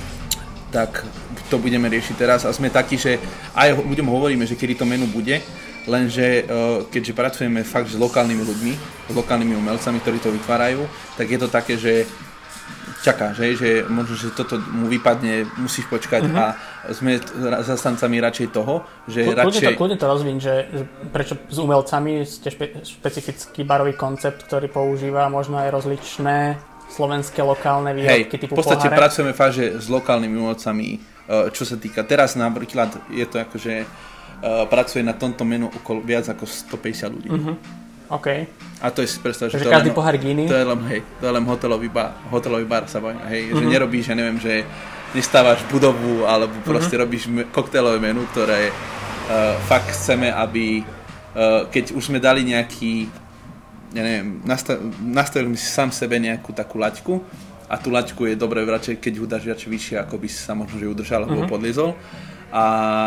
tak to budeme riešiť teraz a sme takí, že aj ľuďom hovoríme, že kedy to menu bude, lenže uh, keďže pracujeme fakt s lokálnymi ľuďmi, s lokálnymi umelcami, ktorí to vytvárajú, tak je to také, že čaká, že, že možno, že toto mu vypadne, musíš počkať uh-huh. a sme zastancami radšej toho, že Kľudne radšej... to, kľudne to rozvíň, že, že prečo s umelcami ste špe, špecifický barový koncept, ktorý používa možno aj rozličné slovenské lokálne výrobky typu poháre. Hej, v podstate poháre. Pracujeme fakt, že s lokálnymi umelcami, čo sa týka, teraz napríklad je to akože pracuje na tomto menu okolo viac ako stopäťdesiat ľudí. Uh-huh. OK. A to je si predstav, že to každý pohár iný. To je len, hej, to je len hotelový bar, hotelový bar sa bavíme, hej, uh-huh. že nerobíš, ja neviem, že nestávaš budovu, alebo proste uh-huh. robíš me, koktejlové menu, ktoré uh, fakt chceme, aby uh, keď už sme dali nejaký, ja neviem, nastav, nastavili si sám sebe nejakú takú laťku a tú laťku je dobré radšej, keď ju dáš radšej vyššie, ako by si sa možno že udržal, alebo uh-huh. podliezol a,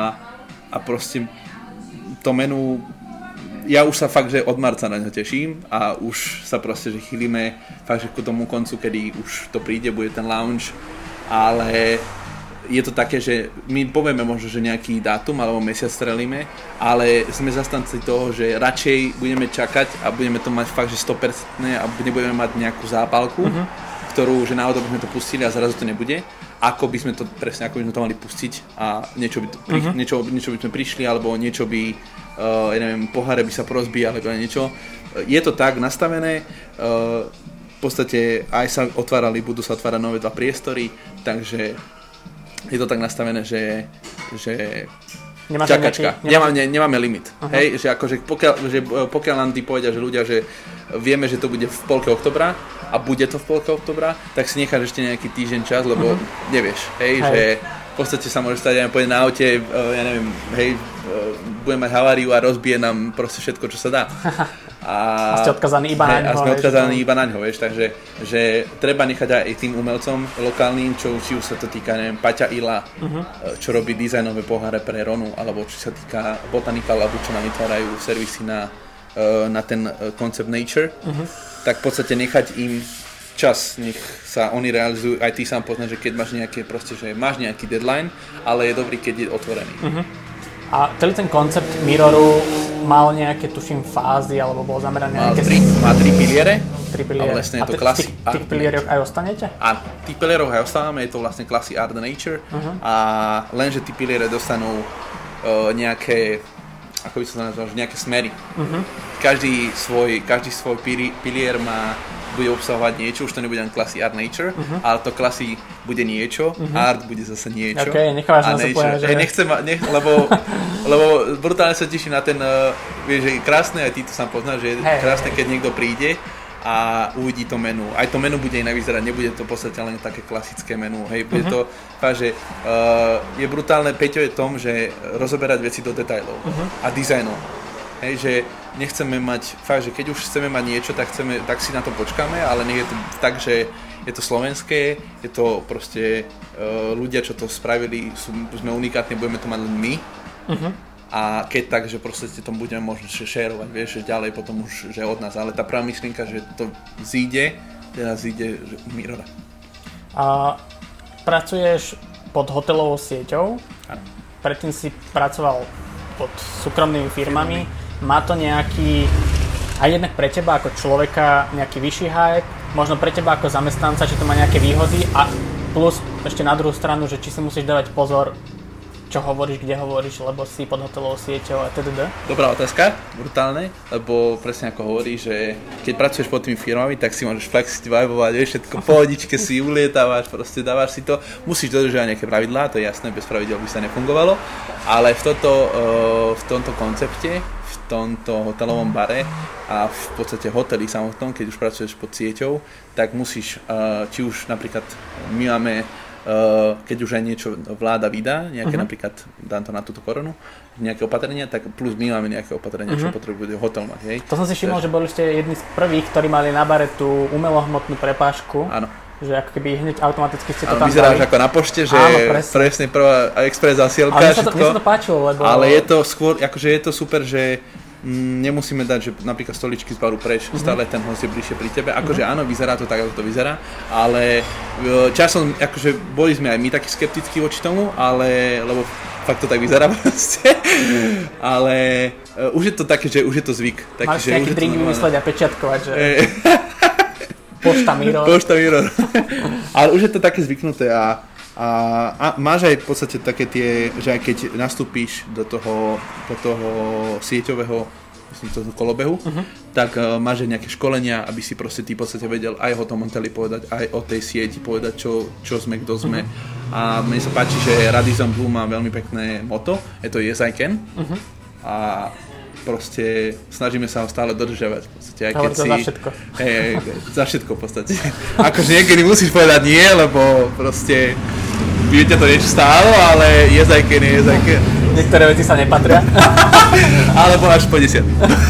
a proste to menu ja už sa fakt, že od marca na ňo teším a už sa proste, že chýlime fakt, že ku tomu koncu, kedy už to príde, bude ten lounge, ale je to také, že my povieme možno, že nejaký dátum alebo mesiac strelíme, ale sme zastanci toho, že radšej budeme čakať a budeme to mať fakt, že sto percent a nebudeme mať nejakú zápalku, uh-huh. ktorú, že náhodou by sme to pustili a zrazu to nebude, ako by sme to presne, ako by sme to mali pustiť a niečo by, to, uh-huh. niečo, niečo by sme prišli alebo niečo by Uh, ja neviem, poháre by sa porozbíjali alebo niečo. Uh, je to tak nastavené, uh, v podstate aj sa otvárali, budú sa otvárať nové dva priestory, takže je to tak nastavené, že, že Nemáte čakačka, nemá, ne, nemáme limit. Uh-huh. Hej, že akože pokiaľ, že pokiaľ nám tí povedia, že ľudia, že vieme, že to bude v polke oktobra a bude to v polke oktobra, tak si necháš ešte nejaký týždeň čas, lebo uh-huh. nevieš, hej, hej. že v podstate sa môže stať, ja pôjde na aute, ja neviem, hej, budeme mať haváriu a rozbije nám proste všetko, čo sa dá. A, a ste odkazaní iba na ňo. A sme odkazaní iba na ňo, vieš, takže že treba nechať aj tým umelcom lokálnym, čo či už sa to týka, neviem, Paťa Ila, uh-huh. čo robí dizajnové poháre pre Ronu, alebo čo sa týka Botanical Labu, čo nám vytvárajú servisy na, na ten koncept Nature, uh-huh. tak v podstate nechať im čas, nech sa oni realizujú, aj ty sám poznáš, že keď máš nejaké, proste, že máš nejaký deadline, ale je dobrý, keď je otvorený. Uh-huh. A celý ten koncept Miroru mal nejaké, tuším, fázy, alebo bol zameraný na nejaké... Tri, má tri piliere. Tri piliere. A vlastne je to klasy... A tých pilieroch aj ostanete? A tých pilieroch aj ostávame, je to vlastne klasy Art and Nature. Uh-huh. A lenže tí piliere dostanú uh, nejaké, ako by som to nazval, nejaké smery. Uh-huh. Každý svoj, každý svoj pilier má bude obsahovať niečo, už to nebude len klasy Art Nature, uh-huh. ale to klasy bude niečo, uh-huh. art bude zase niečo. Ok, nechávaš na sa povedať, že... Hey, nechcem, nech, lebo, lebo brutálne sa teším na ten, uh, vieš, že je krásne, aj ty to sám poznáš, že je hey, krásne, keď niekto príde a uvidí to menu. Aj to menu bude inak vyzerať, nebude to v podstate len také klasické menu, hej, bude uh-huh. to, fakt, že uh, je brutálne Peťo je tom, že rozoberať veci do detailov uh-huh. a dizajnov. Hej, že nechceme mať, fakt, že keď už chceme mať niečo, tak, chceme, tak si na to počkáme, ale nie je to tak, že je to slovenské, je to proste uh, ľudia, čo to spravili, sú, sme unikátni, budeme to mať len my. Uh-huh. A keď tak, že proste to budeme možno šerovať, vieš, že ďalej potom už, že od nás. Ale tá prvá myšlienka, že to zíde, teda zíde že Mirora. A pracuješ pod hotelovou sieťou, ano. Predtým si pracoval pod súkromnými firmami. Má to nejaký, aj jednak pre teba ako človeka nejaký vyšší hype, možno pre teba ako zamestnanca, či to má nejaké výhody a plus ešte na druhú stranu, že či si musíš dávať pozor, čo hovoríš, kde hovoríš, lebo si pod hotelovou sieťou a teda. Dobrá otázka, brutálne, lebo presne ako hovoríš, že keď pracuješ pod tými firmami, tak si môžeš flexiť, vibovať, vieš, všetko pohodičke si ulietávaš, proste dávaš si to, musíš dodržiavať nejaké pravidlá, to je jasné, bez pravidel by sa nefungovalo, ale v, toto, v tomto koncepte, v tomto hotelovom bare a v podstate hoteli samotnom, keď už pracuješ pod sieťou, tak musíš, či už napríklad my máme, keď už aj niečo vláda vydá, nejaké uh-huh. napríklad, dám to na túto koronu, nejaké opatrenia, tak plus my máme nejaké opatrenia, uh-huh. čo potrebuje hotel mať, hej. To som si všimol, že boli ste jedni z prvých, ktorí mali na bare tú umelohmotnú prepážku. Áno. Že ako keby hneď automaticky ste to áno, tam vyzeráš ako na pošte, že áno, presne. presne prvá express zasielka, ale všetko. Ale mne sa to páčilo, lebo... Ale je to skôr, akože je to super, že mm, nemusíme dať, že napríklad stoličky z baru preč, uh-huh. stále ten host je bližšie pri tebe, akože uh-huh. áno, vyzerá to tak, ako to vyzerá, ale časom, akože boli sme aj my takí skeptickí voči tomu, ale, lebo fakt to tak vyzerá proste, ale uh, už je to také, že už je to zvyk. Máš si nejaký drink vymysleť a pečiatkovať, že... Pošta Miror. Pošta Miror. Ale už je to také zvyknuté a, a, a máš aj v podstate také tie, že aj keď nastúpíš do toho, do toho sieťového myslím, toho kolobehu, uh-huh. tak uh, máš aj nejaké školenia, aby si proste ty v podstate vedel aj o tom hoteli povedať, aj o tej sieti povedať, čo, čo sme, kto sme. Uh-huh. A mne sa páči, že Radisson Blu má veľmi pekné motto, je to Yes I Can. Uh-huh. A proste snažíme sa ho stále dodržiavať. V podstate, aj keď si, za všetko. Hej, za všetko v podstate. Akože niekedy musíš povedať nie, lebo proste by ťa to niečo stálo, ale yes I can, yes I can. Niektoré veci sa nepatria. Alebo až po desiatej.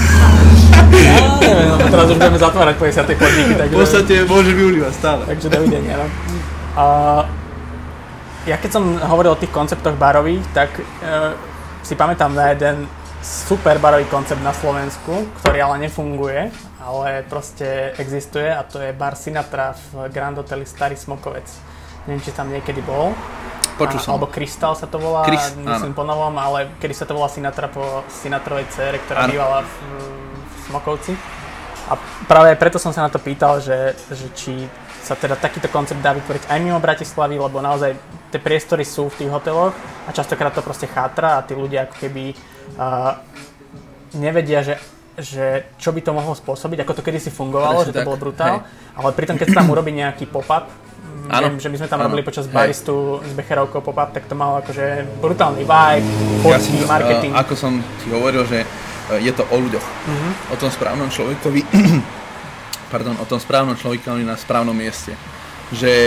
No, neviem, no, teraz už budeme zatvárať po desiatej podniky. Takže... V podstate môžeš využívať stále. Takže dovidenia. No. Uh, ja keď som hovoril o tých konceptoch barových, tak uh, si pamätám na jeden super barový koncept na Slovensku, ktorý ale nefunguje, ale proste existuje a to je bar Sinatra v Grand Hoteli Starý Smokovec. Neviem, či tam niekedy bol. Počul som. Alebo Krystal sa to volá, Chris, myslím áno. po novom, ale kedy sa to volá Sinatra po Sinatrovej dcére, ktorá áno. bývala v, v Smokovci. A práve preto som sa na to pýtal, že, že či sa teda takýto koncept dá vytvoriť aj mimo Bratislavy, lebo naozaj tie priestory sú v tých hoteloch a častokrát to proste chátra a tí ľudia ako keby uh, nevedia, že, že čo by to mohlo spôsobiť, ako to kedysi fungovalo, Prečo že to tak. bolo brutál, hej. Ale pritom keď sa tam urobí nejaký pop-up, viem, že my sme tam ano. robili počas baristu s Becherovkou pop-up, tak to malo akože brutálny vibe, fotky, ja marketing. Uh, ako som ti hovoril, že uh, je to o ľuďoch, uh-huh. o tom správnom človekovi, pardon, o tom správnom človekovi na správnom mieste. Že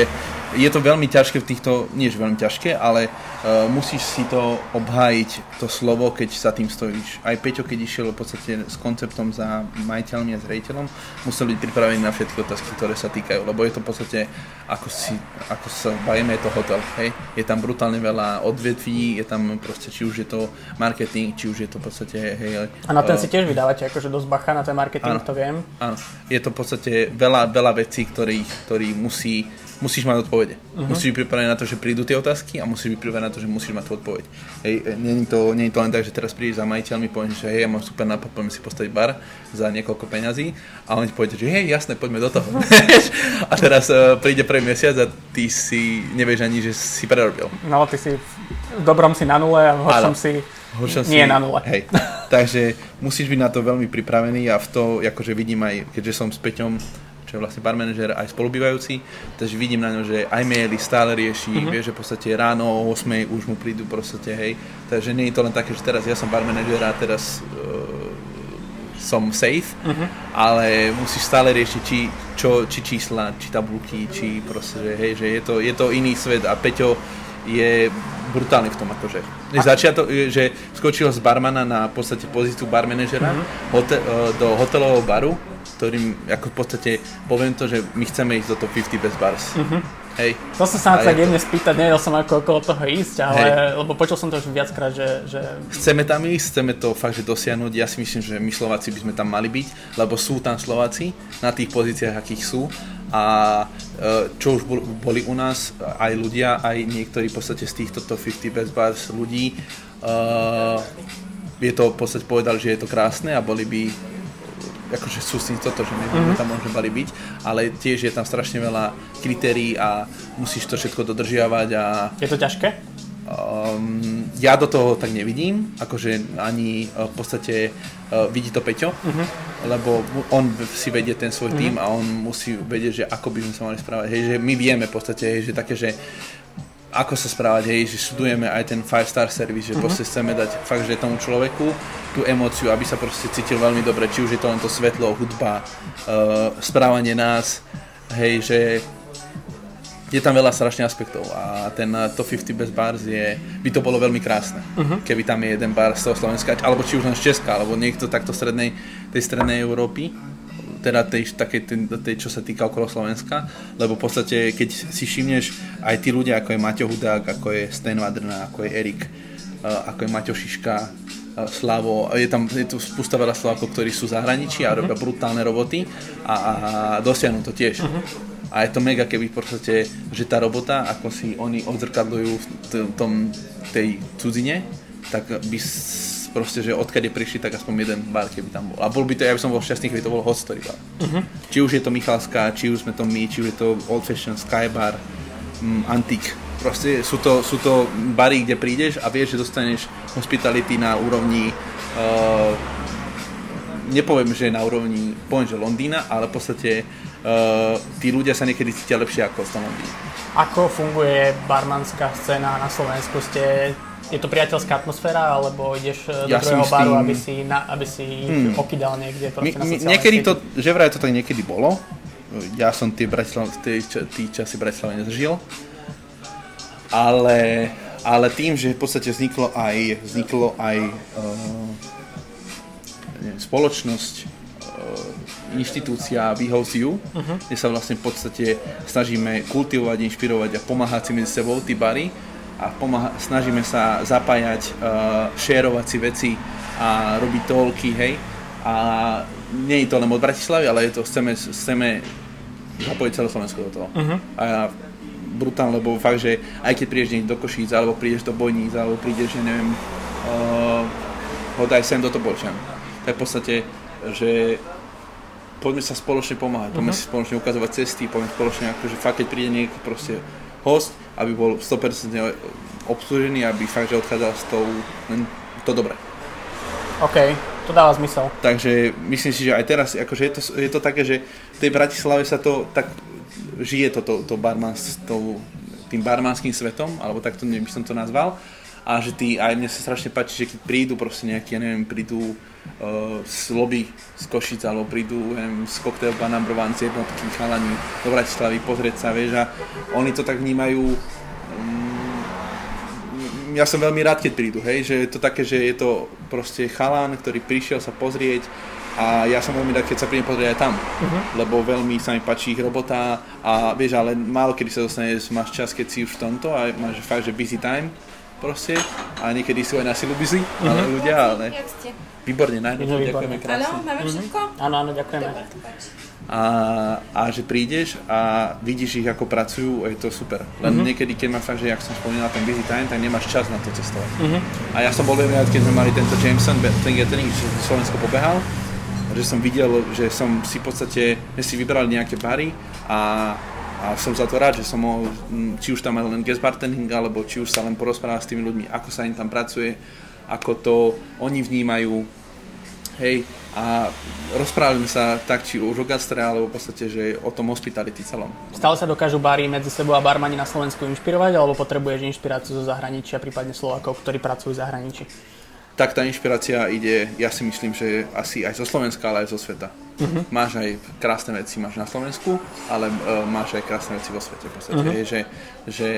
je to veľmi ťažké v týchto, nie že veľmi ťažké, ale uh, musíš si to obhájiť, to slovo, keď za tým stojíš. Aj Peťo, keď išiel v podstate s konceptom za majiteľmi a s rejiteľom, musel byť pripravený na všetky otázky, ktoré sa týkajú, lebo je to v podstate, ako, si, ako sa bavíme, je to hotel, hej? Je tam brutálne veľa odvetví, je tam proste, či už je to marketing, či už je to v podstate, hej... A na ten uh, si tiež vydávate akože dosť bacha, na ten marketing, áno, to viem. Áno, je to v podstate veľa, veľa vecí, ktorý, ktorý musí musíš mať odpovede. Uh-huh. Musíš byť pripravený na to, že prídu tie otázky a musíš byť pripravený na to, že musíš mať tú odpoveď. Hej, nie je to, nie je to len tak, že teraz prídeš za majiteľmi, povieš, že hej, ja mám super nápad, poďme si postaviť bar za niekoľko peňazí a oni ti povedia, že hej, jasné, poďme do toho. A teraz uh, príde prvý mesiac a ty si nevieš ani, že si prerobil. No, ty si v dobrom si na nule a v horšom si horšom nie si, na nule. Hej, takže musíš byť na to veľmi pripravený a v to, akože vidím aj, keďže som s Peťom, čo je vlastne bar manažer, aj spolubývajúci, takže vidím na ňom, že aj maily stále rieši, uh-huh. vie, že v podstate ráno o ôsmej už mu prídu proste, hej, takže nie je to len také, že teraz ja som bar manažer a teraz uh, som safe, uh-huh. ale musíš stále riešiť, či, čo, či čísla, či tabulky, či proste, že hej, že je to, je to iný svet a Peťo je brutálny v tom, akože. Začiatok, že skočil z barmana na v podstate pozíciu bar manažera uh-huh. hotel, uh, do hotelového baru, ktorým, ako v podstate, poviem to, že my chceme ísť do top päťdesiat best bars. Uh-huh. Hej. To som sa tak jemne spýtať, nevedel som ako okolo toho ísť, ale, lebo počul som to už viackrát, že, že... Chceme tam ísť, chceme to fakt, že dosiahnuť. Ja si myslím, že my Slováci by sme tam mali byť, lebo sú tam Slováci na tých pozíciách, akých sú. A čo už boli u nás, aj ľudia, aj niektorí v podstate z týchto top päťdesiat best bars ľudí, uh, je to v podstate povedali, že je to krásne a boli by akože sú s tým toto, že my mm-hmm. tam môžeme mali byť, ale tiež je tam strašne veľa kritérií a musíš to všetko dodržiavať a... Je to ťažké? Um, ja do toho tak nevidím, akože ani uh, v podstate uh, vidí to Peťo, mm-hmm. lebo on si vedie ten svoj mm-hmm. tým a on musí vedieť, že ako by sme sa mali správať, hej, že my vieme v podstate, hej, že také, že ako sa správať, hej, že študujeme aj ten five star service, že uh-huh. proste chceme dať fakt, že tomu človeku tú emóciu, aby sa proste cítil veľmi dobre, či už je to len to svetlo, hudba, uh, správanie nás, hej, že je tam veľa strašných aspektov a ten uh, top päťdesiat best bars je, by to bolo veľmi krásne, uh-huh. keby tam je jeden bar z toho Slovenska, alebo či už len z Česka, alebo niekto takto strednej, tej strednej Európy, teda tej, takej, tej, tej, čo sa týka okolo Slovenska, lebo v podstate, keď si všimneš aj tí ľudia, ako je Maťo Hudák, ako je Sten Vadrna, ako je Erik, uh, ako je Maťo Šiška, uh, Slavo, je tam je tu spústa veľa Slovakov, ktorí sú v zahraničí a robia brutálne roboty a, a dosiahnu to tiež. Uh-huh. A je to mega, keby v podstate, že tá robota, ako si oni odzrkadľujú v t- tom, tej cudzine, tak by proste, že odkiaľ prišli, tak aspoň jeden bar, keby tam bol. A bol by to, ja by som bol šťastný, keby to bol host story bar. Uh-huh. Či už je to Michalská, či už sme to my, či už je to Old Fashion, Sky Bar, um, Antique. Proste sú to, sú to bary, kde prídeš a vieš, že dostaneš hospitality na úrovni, uh, nepoviem, že na úrovni, poviem, že Londýna, ale v podstate uh, tí ľudia sa niekedy cítia lepšie ako v tom Londýne. Ako funguje barmanská scéna na Slovensku? Ste... Je to priateľská atmosféra, alebo ideš do ja druhého baru, aby si, na, aby si hmm. okydal niekde proste na sociálnej niekedy sieti? To, že vraj to tak niekedy bolo. Ja som tie, Bratislav, tie, tie časy Bratislave nezažil. Ale, ale tým, že v podstate vzniklo aj, vzniklo aj uh, neviem, spoločnosť, uh, inštitúcia We Host You, uh-huh. kde sa vlastne v podstate snažíme kultivovať, inšpirovať a pomáhať si medzi sebou tí bary, a pomáha, snažíme sa zapájať, uh, šerovať si veci a robiť toľky, hej. A nie je to len od Bratislavy, ale je to, chceme, chceme zapojiť celé Slovensko do toho. Uh-huh. A brutálne, lebo fakt, že aj keď prídeš niekde do Košíc, alebo prídeš do Bojníc, alebo prídeš, že neviem, uh, hodaj sem do Tobolčan. Tak v podstate, že poďme sa spoločne pomáhať, poďme uh-huh. si spoločne ukazovať cesty, poďme spoločne, akože fakt, keď príde niekto proste host, aby bol sto percent obslužený, aby fakt, že odchádzal s tou, len to dobré. OK, to dáva zmysel. Takže myslím si, že aj teraz, akože je to, je to také, že v tej Bratislave sa to tak žije to, to, to barman s tou, tým barmanským svetom, alebo takto by som to nazval. a že tí, aj mne sa strašne páči, že keď prídu proste nejakí, ja neviem, prídu uh, z lobby z Košic, alebo prídu neviem, z Cocktail Bar Number One z jednotky chalani do Bratislavy pozrieť sa, vieš, a oni to tak vnímajú. Um, ja som veľmi rád, keď prídu, hej, že je to také, že je to proste chalan, ktorý prišiel sa pozrieť. A ja som veľmi rád, keď sa prídem pozrieť aj tam, uh-huh. lebo veľmi sa mi páči ich robota a vieš, ale málo kedy sa dostaneš, máš čas, keď si už v tomto a máš fakt, že busy time proste a niekedy sú aj na silu busy, uh-huh. ale ľudia, ale výborne, najlepšie, ďakujeme krásne. Áno, máme všetko? Áno, áno, ďakujeme. A, a že prídeš a vidíš ich, ako pracujú, je to super. Len uh-huh. niekedy, keď máš fakt, že jak som spomínal ten busy time, tak nemáš čas na to cestovať. Uh-huh. A ja som bol veľmi rád, keď sme mali tento Jameson, ten Gathering, že Slovensko pobehal, že som videl, že som si v podstate, že si vybral nejaké bary a, a som za to rád, že som mohol, či už tam len guest bartending, alebo či už sa len porozprávať s tými ľuďmi, ako sa im tam pracuje, ako to oni vnímajú, hej, a rozprávali sa tak, či už o gastre, alebo v podstate, že o tom hospitality celom. Stále sa dokážu bary medzi sebou a barmani na Slovensku inšpirovať, alebo potrebuješ inšpiráciu zo zahraničia, prípadne Slovákov, ktorí pracujú v zahraničí? Tak tá inšpirácia ide, ja si myslím, že asi aj zo Slovenska, ale aj zo sveta. Uh-huh. Máš aj krásne veci, máš na Slovensku, ale uh, máš aj krásne veci vo svete. V podstate, uh-huh. že, že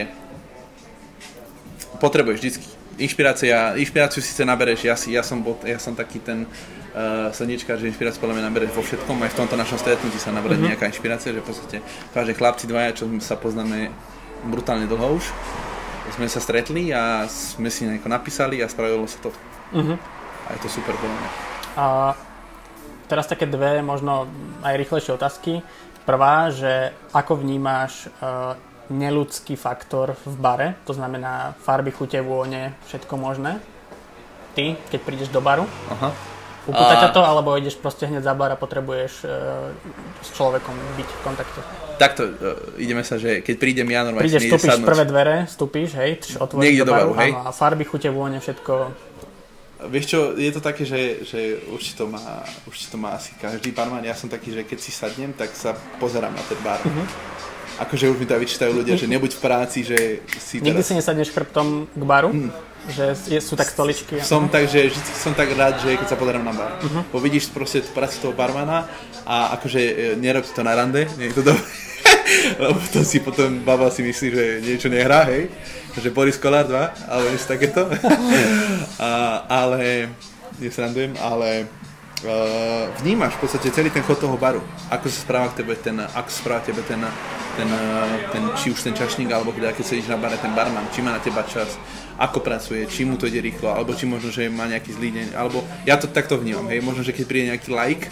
potrebuješ vždycky. Inšpirácia, inšpiráciu síce nabereš, ja, si, ja, som, bol, ja som taký ten uh, slniečkár, že inšpiráciu podľa mňa nabereš vo všetkom, aj v tomto našom stretnutí sa naberie uh-huh. nejaká inšpirácia, že v podstate fakt, že chlapci dvaja, čo sa poznáme brutálne dlho už, sme sa stretli a sme si nejako napísali a spravilo sa to. Uh-huh. A je to super podľa mňa. A teraz také dve, možno aj rýchlejšie otázky. Prvá, že ako vnímáš uh, neľudský faktor v bare, to znamená farby, chute, vône, všetko možné. Ty, keď prídeš do baru, aha. upúta ťa to, alebo ideš proste hneď za bar a potrebuješ uh, s človekom byť v kontakte? Takto, uh, ideme sa, že keď prídem ja normálne... Prídeš, vstúpiš prvé dvere, vstúpiš, hej, otvoríš do baru, hej. Áno, a farby, chute, vône, všetko... Vieš čo, je to také, že, že určite, to má, určite to má asi každý barman. Ja som taký, že keď si sadnem, tak sa pozerám na ten bar. Uh-huh. Akože už mi to vyčítajú ľudia, že nebuď v práci, že si Nikdy teraz... si nesadneš chrbtom k baru? Mm. Že je, sú tak stoličky? Som tak, že vždy som tak rád, že keď sa pozerám na bar. Uh-huh. Bo vidíš proste prácu toho barmana a akože nerob to na rande, nie je to dobré. Lebo to si potom baba si myslí, že niečo nehrá, hej. Že Boris Kolár dva, alebo niečo takéto. a, ale, nesrandujem, ale uh, vnímaš v podstate celý ten chod toho baru. Ako sa správa k tebe ten, ako sa správa tebe ten, ten, ten, či už ten čašník, alebo keď sedíš na bare ten barman, či má na teba čas, ako pracuje, či mu to ide rýchlo, alebo či možno, že má nejaký zlý deň, alebo ja to takto vnímam, hej, možno, že keď príde nejaký like,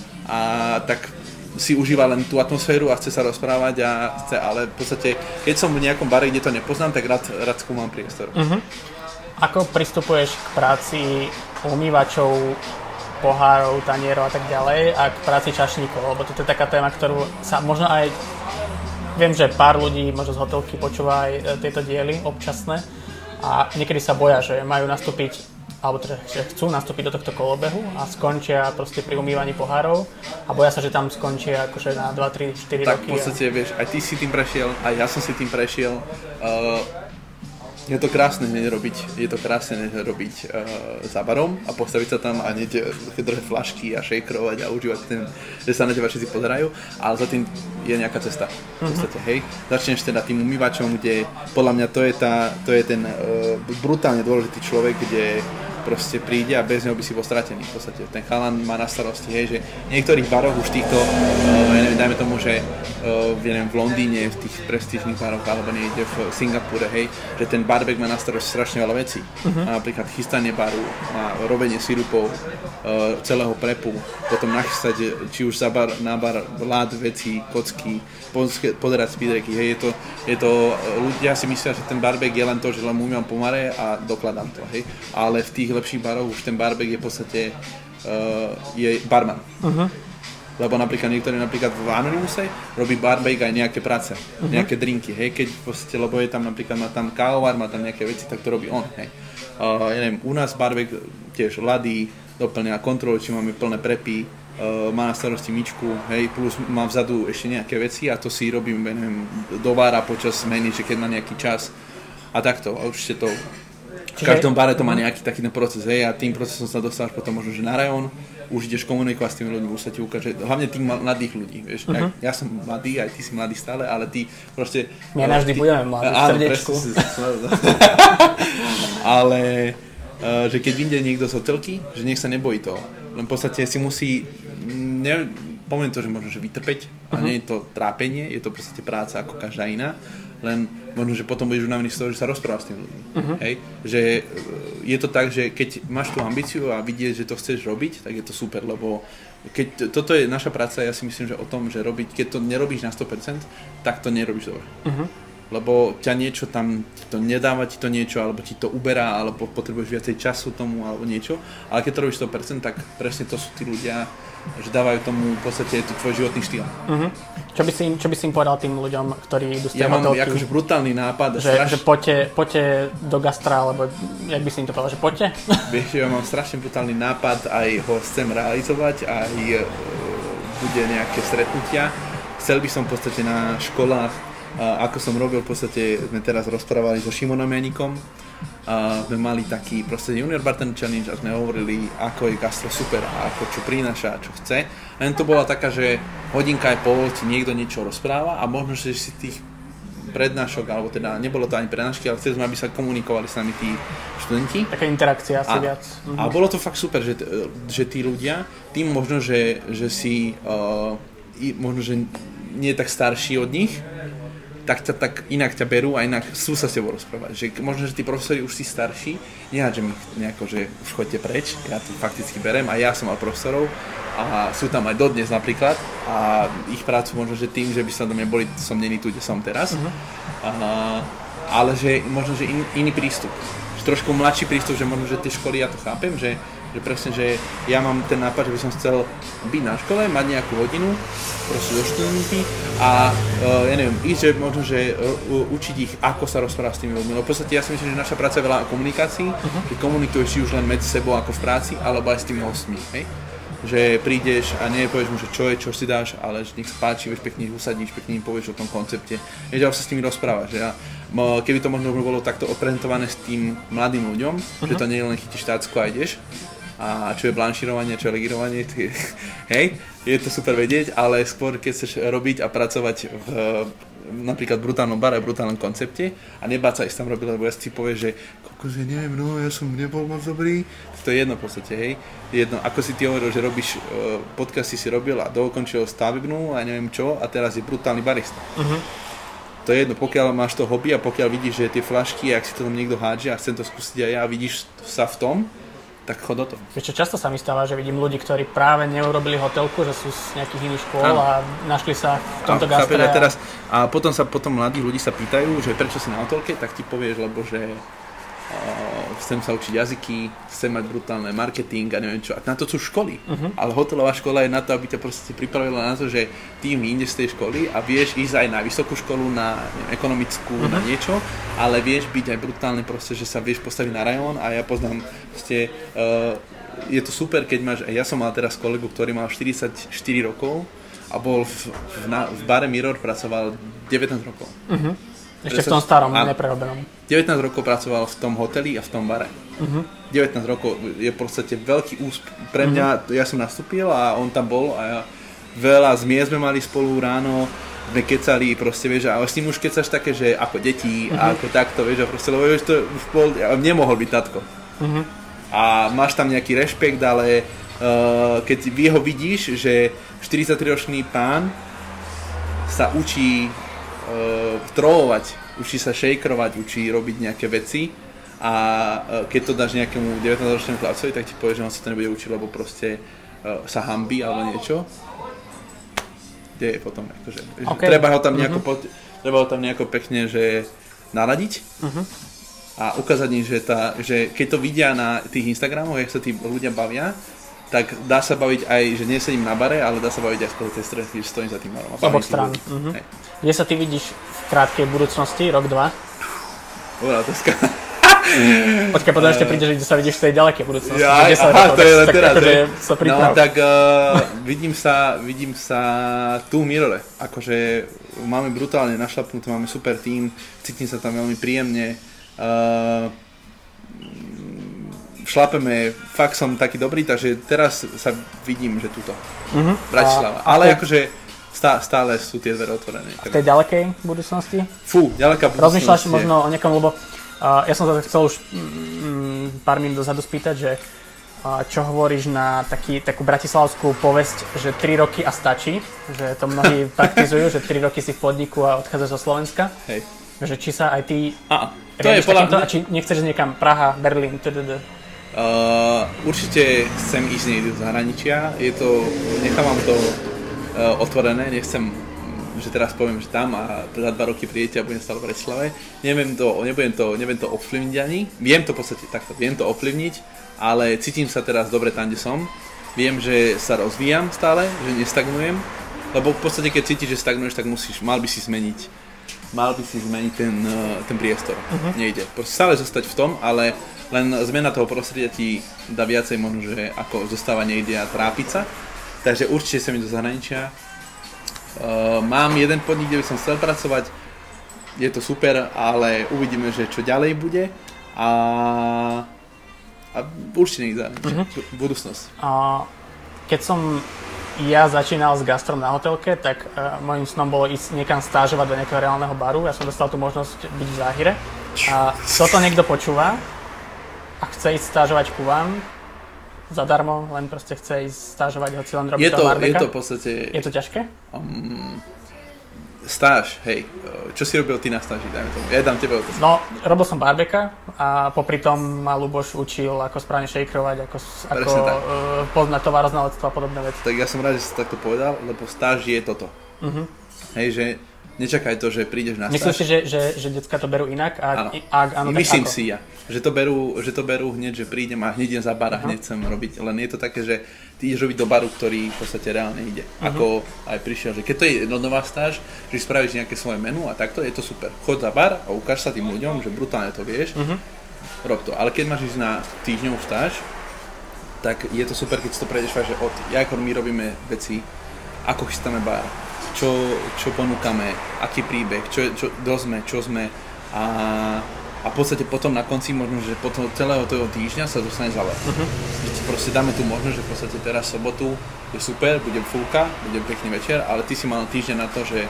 a tak si užíva len tú atmosféru a chce sa rozprávať a chce, ale v podstate, keď som v nejakom bare, kde to nepoznám, tak rád, rád skúmam priestor. Uh-huh. Ako pristupuješ k práci umývačov, pohárov, tanierov a tak ďalej a k práci čašníkov? Lebo to je taká téma, ktorú sa možno aj, viem, že pár ľudí možno z hotelky počúva aj tieto diely občasné a niekedy sa boja, že majú nastúpiť alebo teda, že chcú nastúpiť do tohto kolobehu a skončia proste pri umývaní pohárov a boja sa, že tam skončia akože na dva, tri, štyri tak roky. Tak v podstate, a... vieš, aj ty si tým prešiel, aj ja som si tým prešiel. Uh, je to krásne nerobiť, je to krásne nerobiť uh, za barom a postaviť sa tam a neď držať flašky a šejkrovať a užívať ten, že sa na teba všetci pozerajú, ale za tým je nejaká cesta. V podstate, hej. Začneš teda tým umývačom, kde podľa mňa to je, tá, to je ten uh, brutálne dôležitý človek, kde proste príde a bez neho by si bol stratený. V podstate ten chalan má na starosti, hej, že v niektorých baroch už týchto, uh, ja neviem, dajme tomu, že uh, ja neviem, v Londýne, v tých prestížnych baroch, alebo niekde v Singapúre, hej, že ten barback má na starosti strašne veľa vecí. Uh-huh. Má napríklad chystanie baru, má robenie sirupov, uh, celého prepu, potom nachystať, či už za bar, na bar, lád, veci, kocky, pozerať speedreky, hej, je to, je to, ľudia si myslia, že ten barback je len to, že len umývam pomare a dokladám to, hej, ale v tých lepších baroch už ten barback je v podstate uh, je barman. Uh-huh. Lebo napríklad niektorí napríklad v Anonymuse robí barback aj nejaké práce, uh-huh. nejaké drinky, hej, keď v podstate, lebo je tam napríklad, má tam kávovar, má tam nejaké veci, tak to robí on, hej. Uh, ja neviem, u nás barback tiež ladí, doplňa kontrolu, či máme plné prepy, uh, má na starosti myčku, hej, plus má vzadu ešte nejaké veci a to si robím, neviem, dovára počas zmeny, že keď má nejaký čas a takto, a určite to Čiže... V každom bare to má nejaký taký proces, hej, a tým procesom sa dostávaš potom možno, že na rajón, už ideš komunikovať s tými ľuďmi, už sa ti ukáže, hlavne tých mladých ľudí, vieš. Uh-huh. Ja, ja som mladý, aj ty si mladý stále, ale ty proste... My navždy ty... budeme mladí v srdiečku. Ale, uh, že keď vyjde niekto z hotelky, že nech sa nebojí toho. Len v podstate si musí, ne, poviem to, že možno, že vytrpeť, uh-huh. a nie je to trápenie, je to v podstate práca ako každá iná. Len možno, že potom budeš unavený z toho, že sa rozprávaš s tými ľuďmi. Uh-huh. Hej? Že je to tak, že keď máš tú ambíciu a vidieť, že to chceš robiť, tak je to super, lebo keď toto je naša práca, ja si myslím, že o tom, že robiť, keď to nerobíš na sto percent, tak to nerobíš dobre. Uh-huh. Lebo ťa niečo tam, ti to nedáva ti to niečo, alebo ti to uberá, alebo potrebuješ viacej času tomu, alebo niečo. Ale keď to robíš sto percent, tak presne to sú tí ľudia, že dávajú tomu v podstate to tvoj životný štýl. Uh-huh. Čo by si im, čo by si im povedal tým ľuďom, ktorí idú z tej ja hotelky? Ja mám akože brutálny nápad. Že, straš... že poďte, poďte do gastra, alebo jak by si im to povedal, že poďte? Vieš, ja mám strašne brutálny nápad, aj ho chcem realizovať, aj uh, bude nejaké stretnutia. Chcel by som v podstate na školách, uh, ako som robil, v podstate sme teraz rozprávali so Šimonom Janikom, a sme mali taký proste junior bartender challenge a sme hovorili, ako je gastro super a ako čo prináša a čo chce. Len to bola taká, že hodinka aj pol ti niekto niečo rozpráva a možno, že si tých prednášok, alebo teda nebolo to ani prednášky, ale chceli sme, aby sa komunikovali s nami tí študenti. Taká interakcia asi a, viac. A bolo to fakt super, že, že tí ľudia, tým možno, že, že si uh, možno, že nie tak starší od nich, tak ťa tak inak ťa berú a inak sú sa s tebou rozprávať. Že možno, že tí profesori už si starší, nehádžem ich nejako, že už choďte preč, ja to fakticky berem a ja som mal profesorov a sú tam aj dodnes napríklad a ich prácu možno, že tým, že by sa do mňa boli, som není tu, kde som teraz, uh-huh. a, ale že možno, že in, iný prístup. Že trošku mladší prístup, že možno, že tie školy, ja to chápem, že že presne, že ja mám ten nápad, že by som chcel byť na škole, mať nejakú hodinu, proste so študentmi a uh, ja neviem, ísť, že možno, že uh, učiť ich, ako sa rozprávať s tými ľuďmi. Lebo v podstate ja si myslím, že naša práca je veľa o komunikácii, uh-huh. že komunikuješ si už len medzi sebou ako v práci, alebo aj s tými hostmi, hej? Že prídeš a nepovieš mu, že čo je, čo si dáš, ale že nech sa páči, vieš, pekne ich usadíš, pekne im povieš o tom koncepte, že sa s nimi rozprávaš, že ja, keby to možno bolo takto odprezentované s tým mladým ľuďom, uh-huh. že to nie je len chytíš tácku a ideš, a čo je blanširovanie, čo je legirovanie, ty, hej, je to super vedieť, ale skôr keď chceš robiť a pracovať v napríklad brutálnom bare, brutálnom koncepte a nebáť sa ísť tam robiť, lebo ja si povieš, že kokos, ja neviem, no ja som nebol moc dobrý, to je jedno v podstate, hej, jedno, ako si ty hovoril, že robíš uh, podcasty si robil a doukončil stavebnú a neviem čo a teraz je brutálny barista. Uh-huh. To je jedno, pokiaľ máš to hobby a pokiaľ vidíš, že tie flašky, ak si to tam niekto hádže a chcem to skúsiť aj ja a vidíš sa v tom, tak chod do toho. Vieš čo, často sa mi stáva, že vidím ľudí, ktorí práve neurobili hotelku, že sú z nejakých iných škôl a našli sa v tomto gastre. A, teraz, a potom sa potom mladí ľudí sa pýtajú, že prečo si na hotelke, tak ti povieš, lebo že uh, chcem sa učiť jazyky, chcem mať brutálne marketing a neviem čo. A na to sú školy. Uh-huh. Ale hotelová škola je na to, aby ťa proste pripravila na to, že ty vyjdeš z tej školy a vieš ísť aj na vysokú školu, na neviem, ekonomickú, uh-huh. na niečo, ale vieš byť aj brutálne proste, že sa vieš postaviť na rajón a ja poznám proste, uh, je to super, keď máš, ja som mal teraz kolegu, ktorý mal štyridsaťštyri rokov a bol v, v, na, v bare Mirror, pracoval devätnásť rokov. Uh-huh. Ešte v tom starom, neprerobenom. devätnásť rokov pracoval v tom hoteli a v tom bare. Uh-huh. devätnásť rokov je v podstate veľký úspech. Pre mňa, uh-huh. ja som nastúpil a on tam bol a ja, veľa zmien sme mali spolu ráno, sme kecali, proste vieš, a s ním už kecaš také, že ako deti uh-huh. a ako takto, vieš, a proste, lebo vieš, to už bol, nemohol byť tatko. Uh-huh. A máš tam nejaký rešpekt, ale uh, keď jeho vidíš, že štyridsaťtriročný pán sa učí Uh, trollovať, učí sa šejkrovať, učí robiť nejaké veci a uh, keď to dáš nejakému devätnásťročnému chlapcovi, tak ti povie, že on sa to nebude učiť, lebo proste uh, sa hanbí alebo niečo. Kde je potom akože, okay. treba ho tam nejako uh-huh. pot, treba ho tam nejako pekne, že naladiť uh-huh. a ukázať im, že, tá, že keď to vidia na tých Instagramoch, jak sa tí ľudia bavia, tak dá sa baviť aj, že nesedím na bare, ale dá sa baviť aj spolu tej stretky, že stojím za tým barom. Z obok strán. Uh-huh. Kde sa ty vidíš v krátkej budúcnosti, rok, dva? Dobrá otázka. Počkaj, potom ešte prídeš, kde sa vidíš v tej ďalekej budúcnosti. Ja, sa aha, to je len teraz. Sa no tak uh, vidím, sa, vidím sa tu v Mirrore. Akože máme brutálne našlapnuté, máme super tím, cítim sa tam veľmi príjemne. Uh, šlapeme, fakt som taký dobrý, takže teraz sa vidím, že tuto. Uh-huh. Bratislava. A, Ale a akože stá, stále sú tie dvere otvorené. V tej ďalekej budúcnosti? Fú, ďaleká budúcnosť. Rozmýšľaš možno o niekom, lebo uh, ja som sa chcel už mm, pár minút dozadu spýtať, že uh, čo hovoríš na taký, takú bratislavskú povesť, že tri roky a stačí, že to mnohí praktizujú, že tri roky si v podniku a odchádzaš zo Slovenska. Hej. Že či sa aj ty a, to je podľa... takýmto, a či nechceš niekam Praha, Berlín, tdd. Uh, určite chcem ísť niekde do zahraničia, je to, nechávam to uh, otvorené, nechcem, že teraz poviem, že tam a za dva roky prídete a budem stále v Bratislave. Neviem to, nebudem to, neviem to ovplyvniť ani, viem to v podstate takto, viem to ovplyvniť, ale cítim sa teraz dobre tam, kde som. Viem, že sa rozvíjam stále, že nestagnujem, lebo v podstate keď cítiš, že stagnuješ, tak musíš, mal by si zmeniť, mal by si zmeniť ten, uh, ten priestor, uh-huh. Nejde, proste stále zostať v tom, ale len zmena toho prostredia ti dá viacej možno, že ako zostáva niekde a trápiť sa. Takže určite sem do zahraničia. Uh, mám jeden podnik, kde by som chcel pracovať. Je to super, ale uvidíme, že čo ďalej bude. A, a určite niekde zahraničia. Uh-huh. Budúcnosť. Uh, keď som ja začínal s gastrom na hotelke, tak uh, môjim snom bolo ísť niekam stážovať do nejakého reálneho baru. Ja som dostal tú možnosť byť v Záhire. A toto niekto počúva a chce ísť stážovať ku vám zadarmo, len proste chce ísť stážovať, hoci len robí je to, barbeka. Je to v podstate... Je to ťažké? Um, stáž, hej. Čo si robil ty na stáži, dajme tomu? Ja dám tebe otázku. No, robil som barbeka a popri tom ma Ľuboš učil, ako správne šejkrovať, ako, ako uh, poznať tovaroznalectvo a podobné veci. Tak ja som rád, že si takto povedal, lebo stáž je toto. Uh-huh. Hej, že nečakaj to, že prídeš na stáž. Myslíš si, že, že, že decka to berú inak? A, áno. Ak, áno, Myslím ako? si ja, že to, berú, že to berú hneď, že prídem a hneď idem za bar a hneď chcem robiť. Len je to také, že ty ideš robiť do baru, ktorý v podstate reálne ide. Uh-huh. Ako aj prišiel, že keď to je nová stáž, že spravíš nejaké svoje menu a takto, je to super. Chod za bar a ukáž sa tým ľuďom, že brutálne to vieš. Uh-huh. Rob to. Ale keď máš ísť na týždňovú stáž, tak je to super, keď si to prejdeš fakt, že od, ako my robíme veci, ako chystáme bar, čo, čo ponúkame, aký príbeh, čo, čo, kto sme, čo sme a, a v podstate potom na konci možno, že potom celého toho týždňa sa dostane záver. Uh-huh. Proste dáme tu možnosť, že v podstate teraz sobotu je super, bude fulka, bude pekný večer, ale ty si mal týždeň na to, že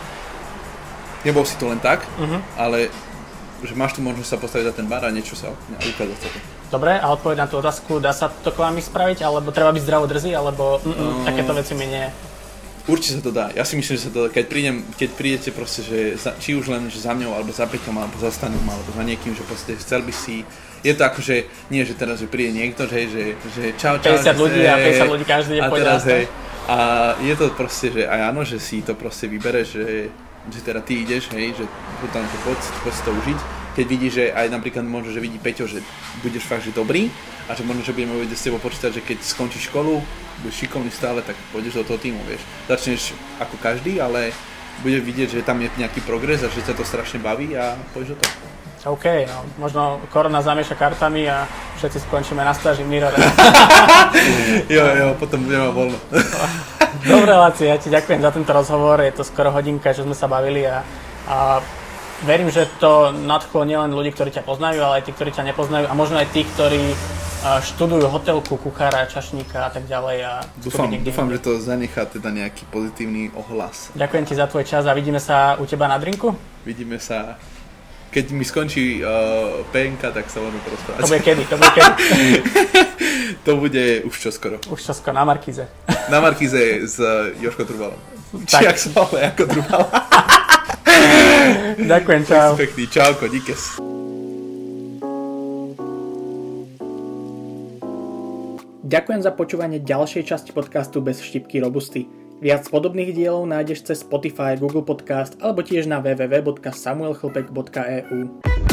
nebol si to len tak, uh-huh. ale že máš tu možnosť sa postaviť za ten bar a niečo sa ukázať sa to. Dobre, a odpoveď na tú otázku, dá sa to k vami spraviť, alebo treba byť zdravo drzý, alebo um, takéto veci mi nie... Určite sa to dá. Ja si myslím, že sa to dá. Keď, prídem, keď prídete proste, že za, či už len že za mňou, alebo za Peťom, alebo za Stanom, alebo za niekým, že proste chcel by si... Je to ako, že nie, že teraz, že príde niekto, že, že, že čau, čau. päťdesiat ľudí a päťdesiat ľudí každý je a teraz, hej, a je to proste, že aj áno, že si to proste vybereš, že, že teda ty ideš, hej, že brutálne, že poď, poď si to užiť. Keď vidíš, že aj napríklad možno, že vidí Peťo, že budeš fakt, že dobrý a že možno, že budeme vedieť s tebou počítať, že keď skončíš školu, budeš šikovný stále, tak pôjdeš do toho týmu, vieš. Začneš ako každý, ale budeš vidieť, že tam je nejaký progres a že ťa to strašne baví a pôjdeš do toho. OK, no, možno korona zamieša kartami a všetci skončíme na stáži v Mirrore. jo, jo, potom budeme voľno. Dobre, Laci, ja ti ďakujem za tento rozhovor, je to skoro hodinka, čo sme sa bavili a, a verím, že to nadchlo nielen ľudí, ktorí ťa poznajú, ale aj tí, ktorí ťa nepoznajú a možno aj tí, ktorí študujú hotelku, kuchára, čašníka a tak ďalej. A dúfam, dúfam že to zanechá teda nejaký pozitívny ohlas. Ďakujem ti za tvoj čas a vidíme sa u teba na drinku? Vidíme sa. Keď mi skončí uh, pé en ká, tak sa budeme porozprávať. To bude kedy? To bude kedy? To bude už čoskoro. Už čoskoro, na Markíze. Na Markíze s Jožko Trubalom. Či jak sa volá, ako Trubal. Ďakujem, čau. Pekný, čauko, díkes. Ďakujem za počúvanie ďalšej časti podcastu Bez štipky robusty. Viac podobných dielov nájdeš cez Spotify, Google Podcast alebo tiež na w w w bodka samuel chlpek bodka e u.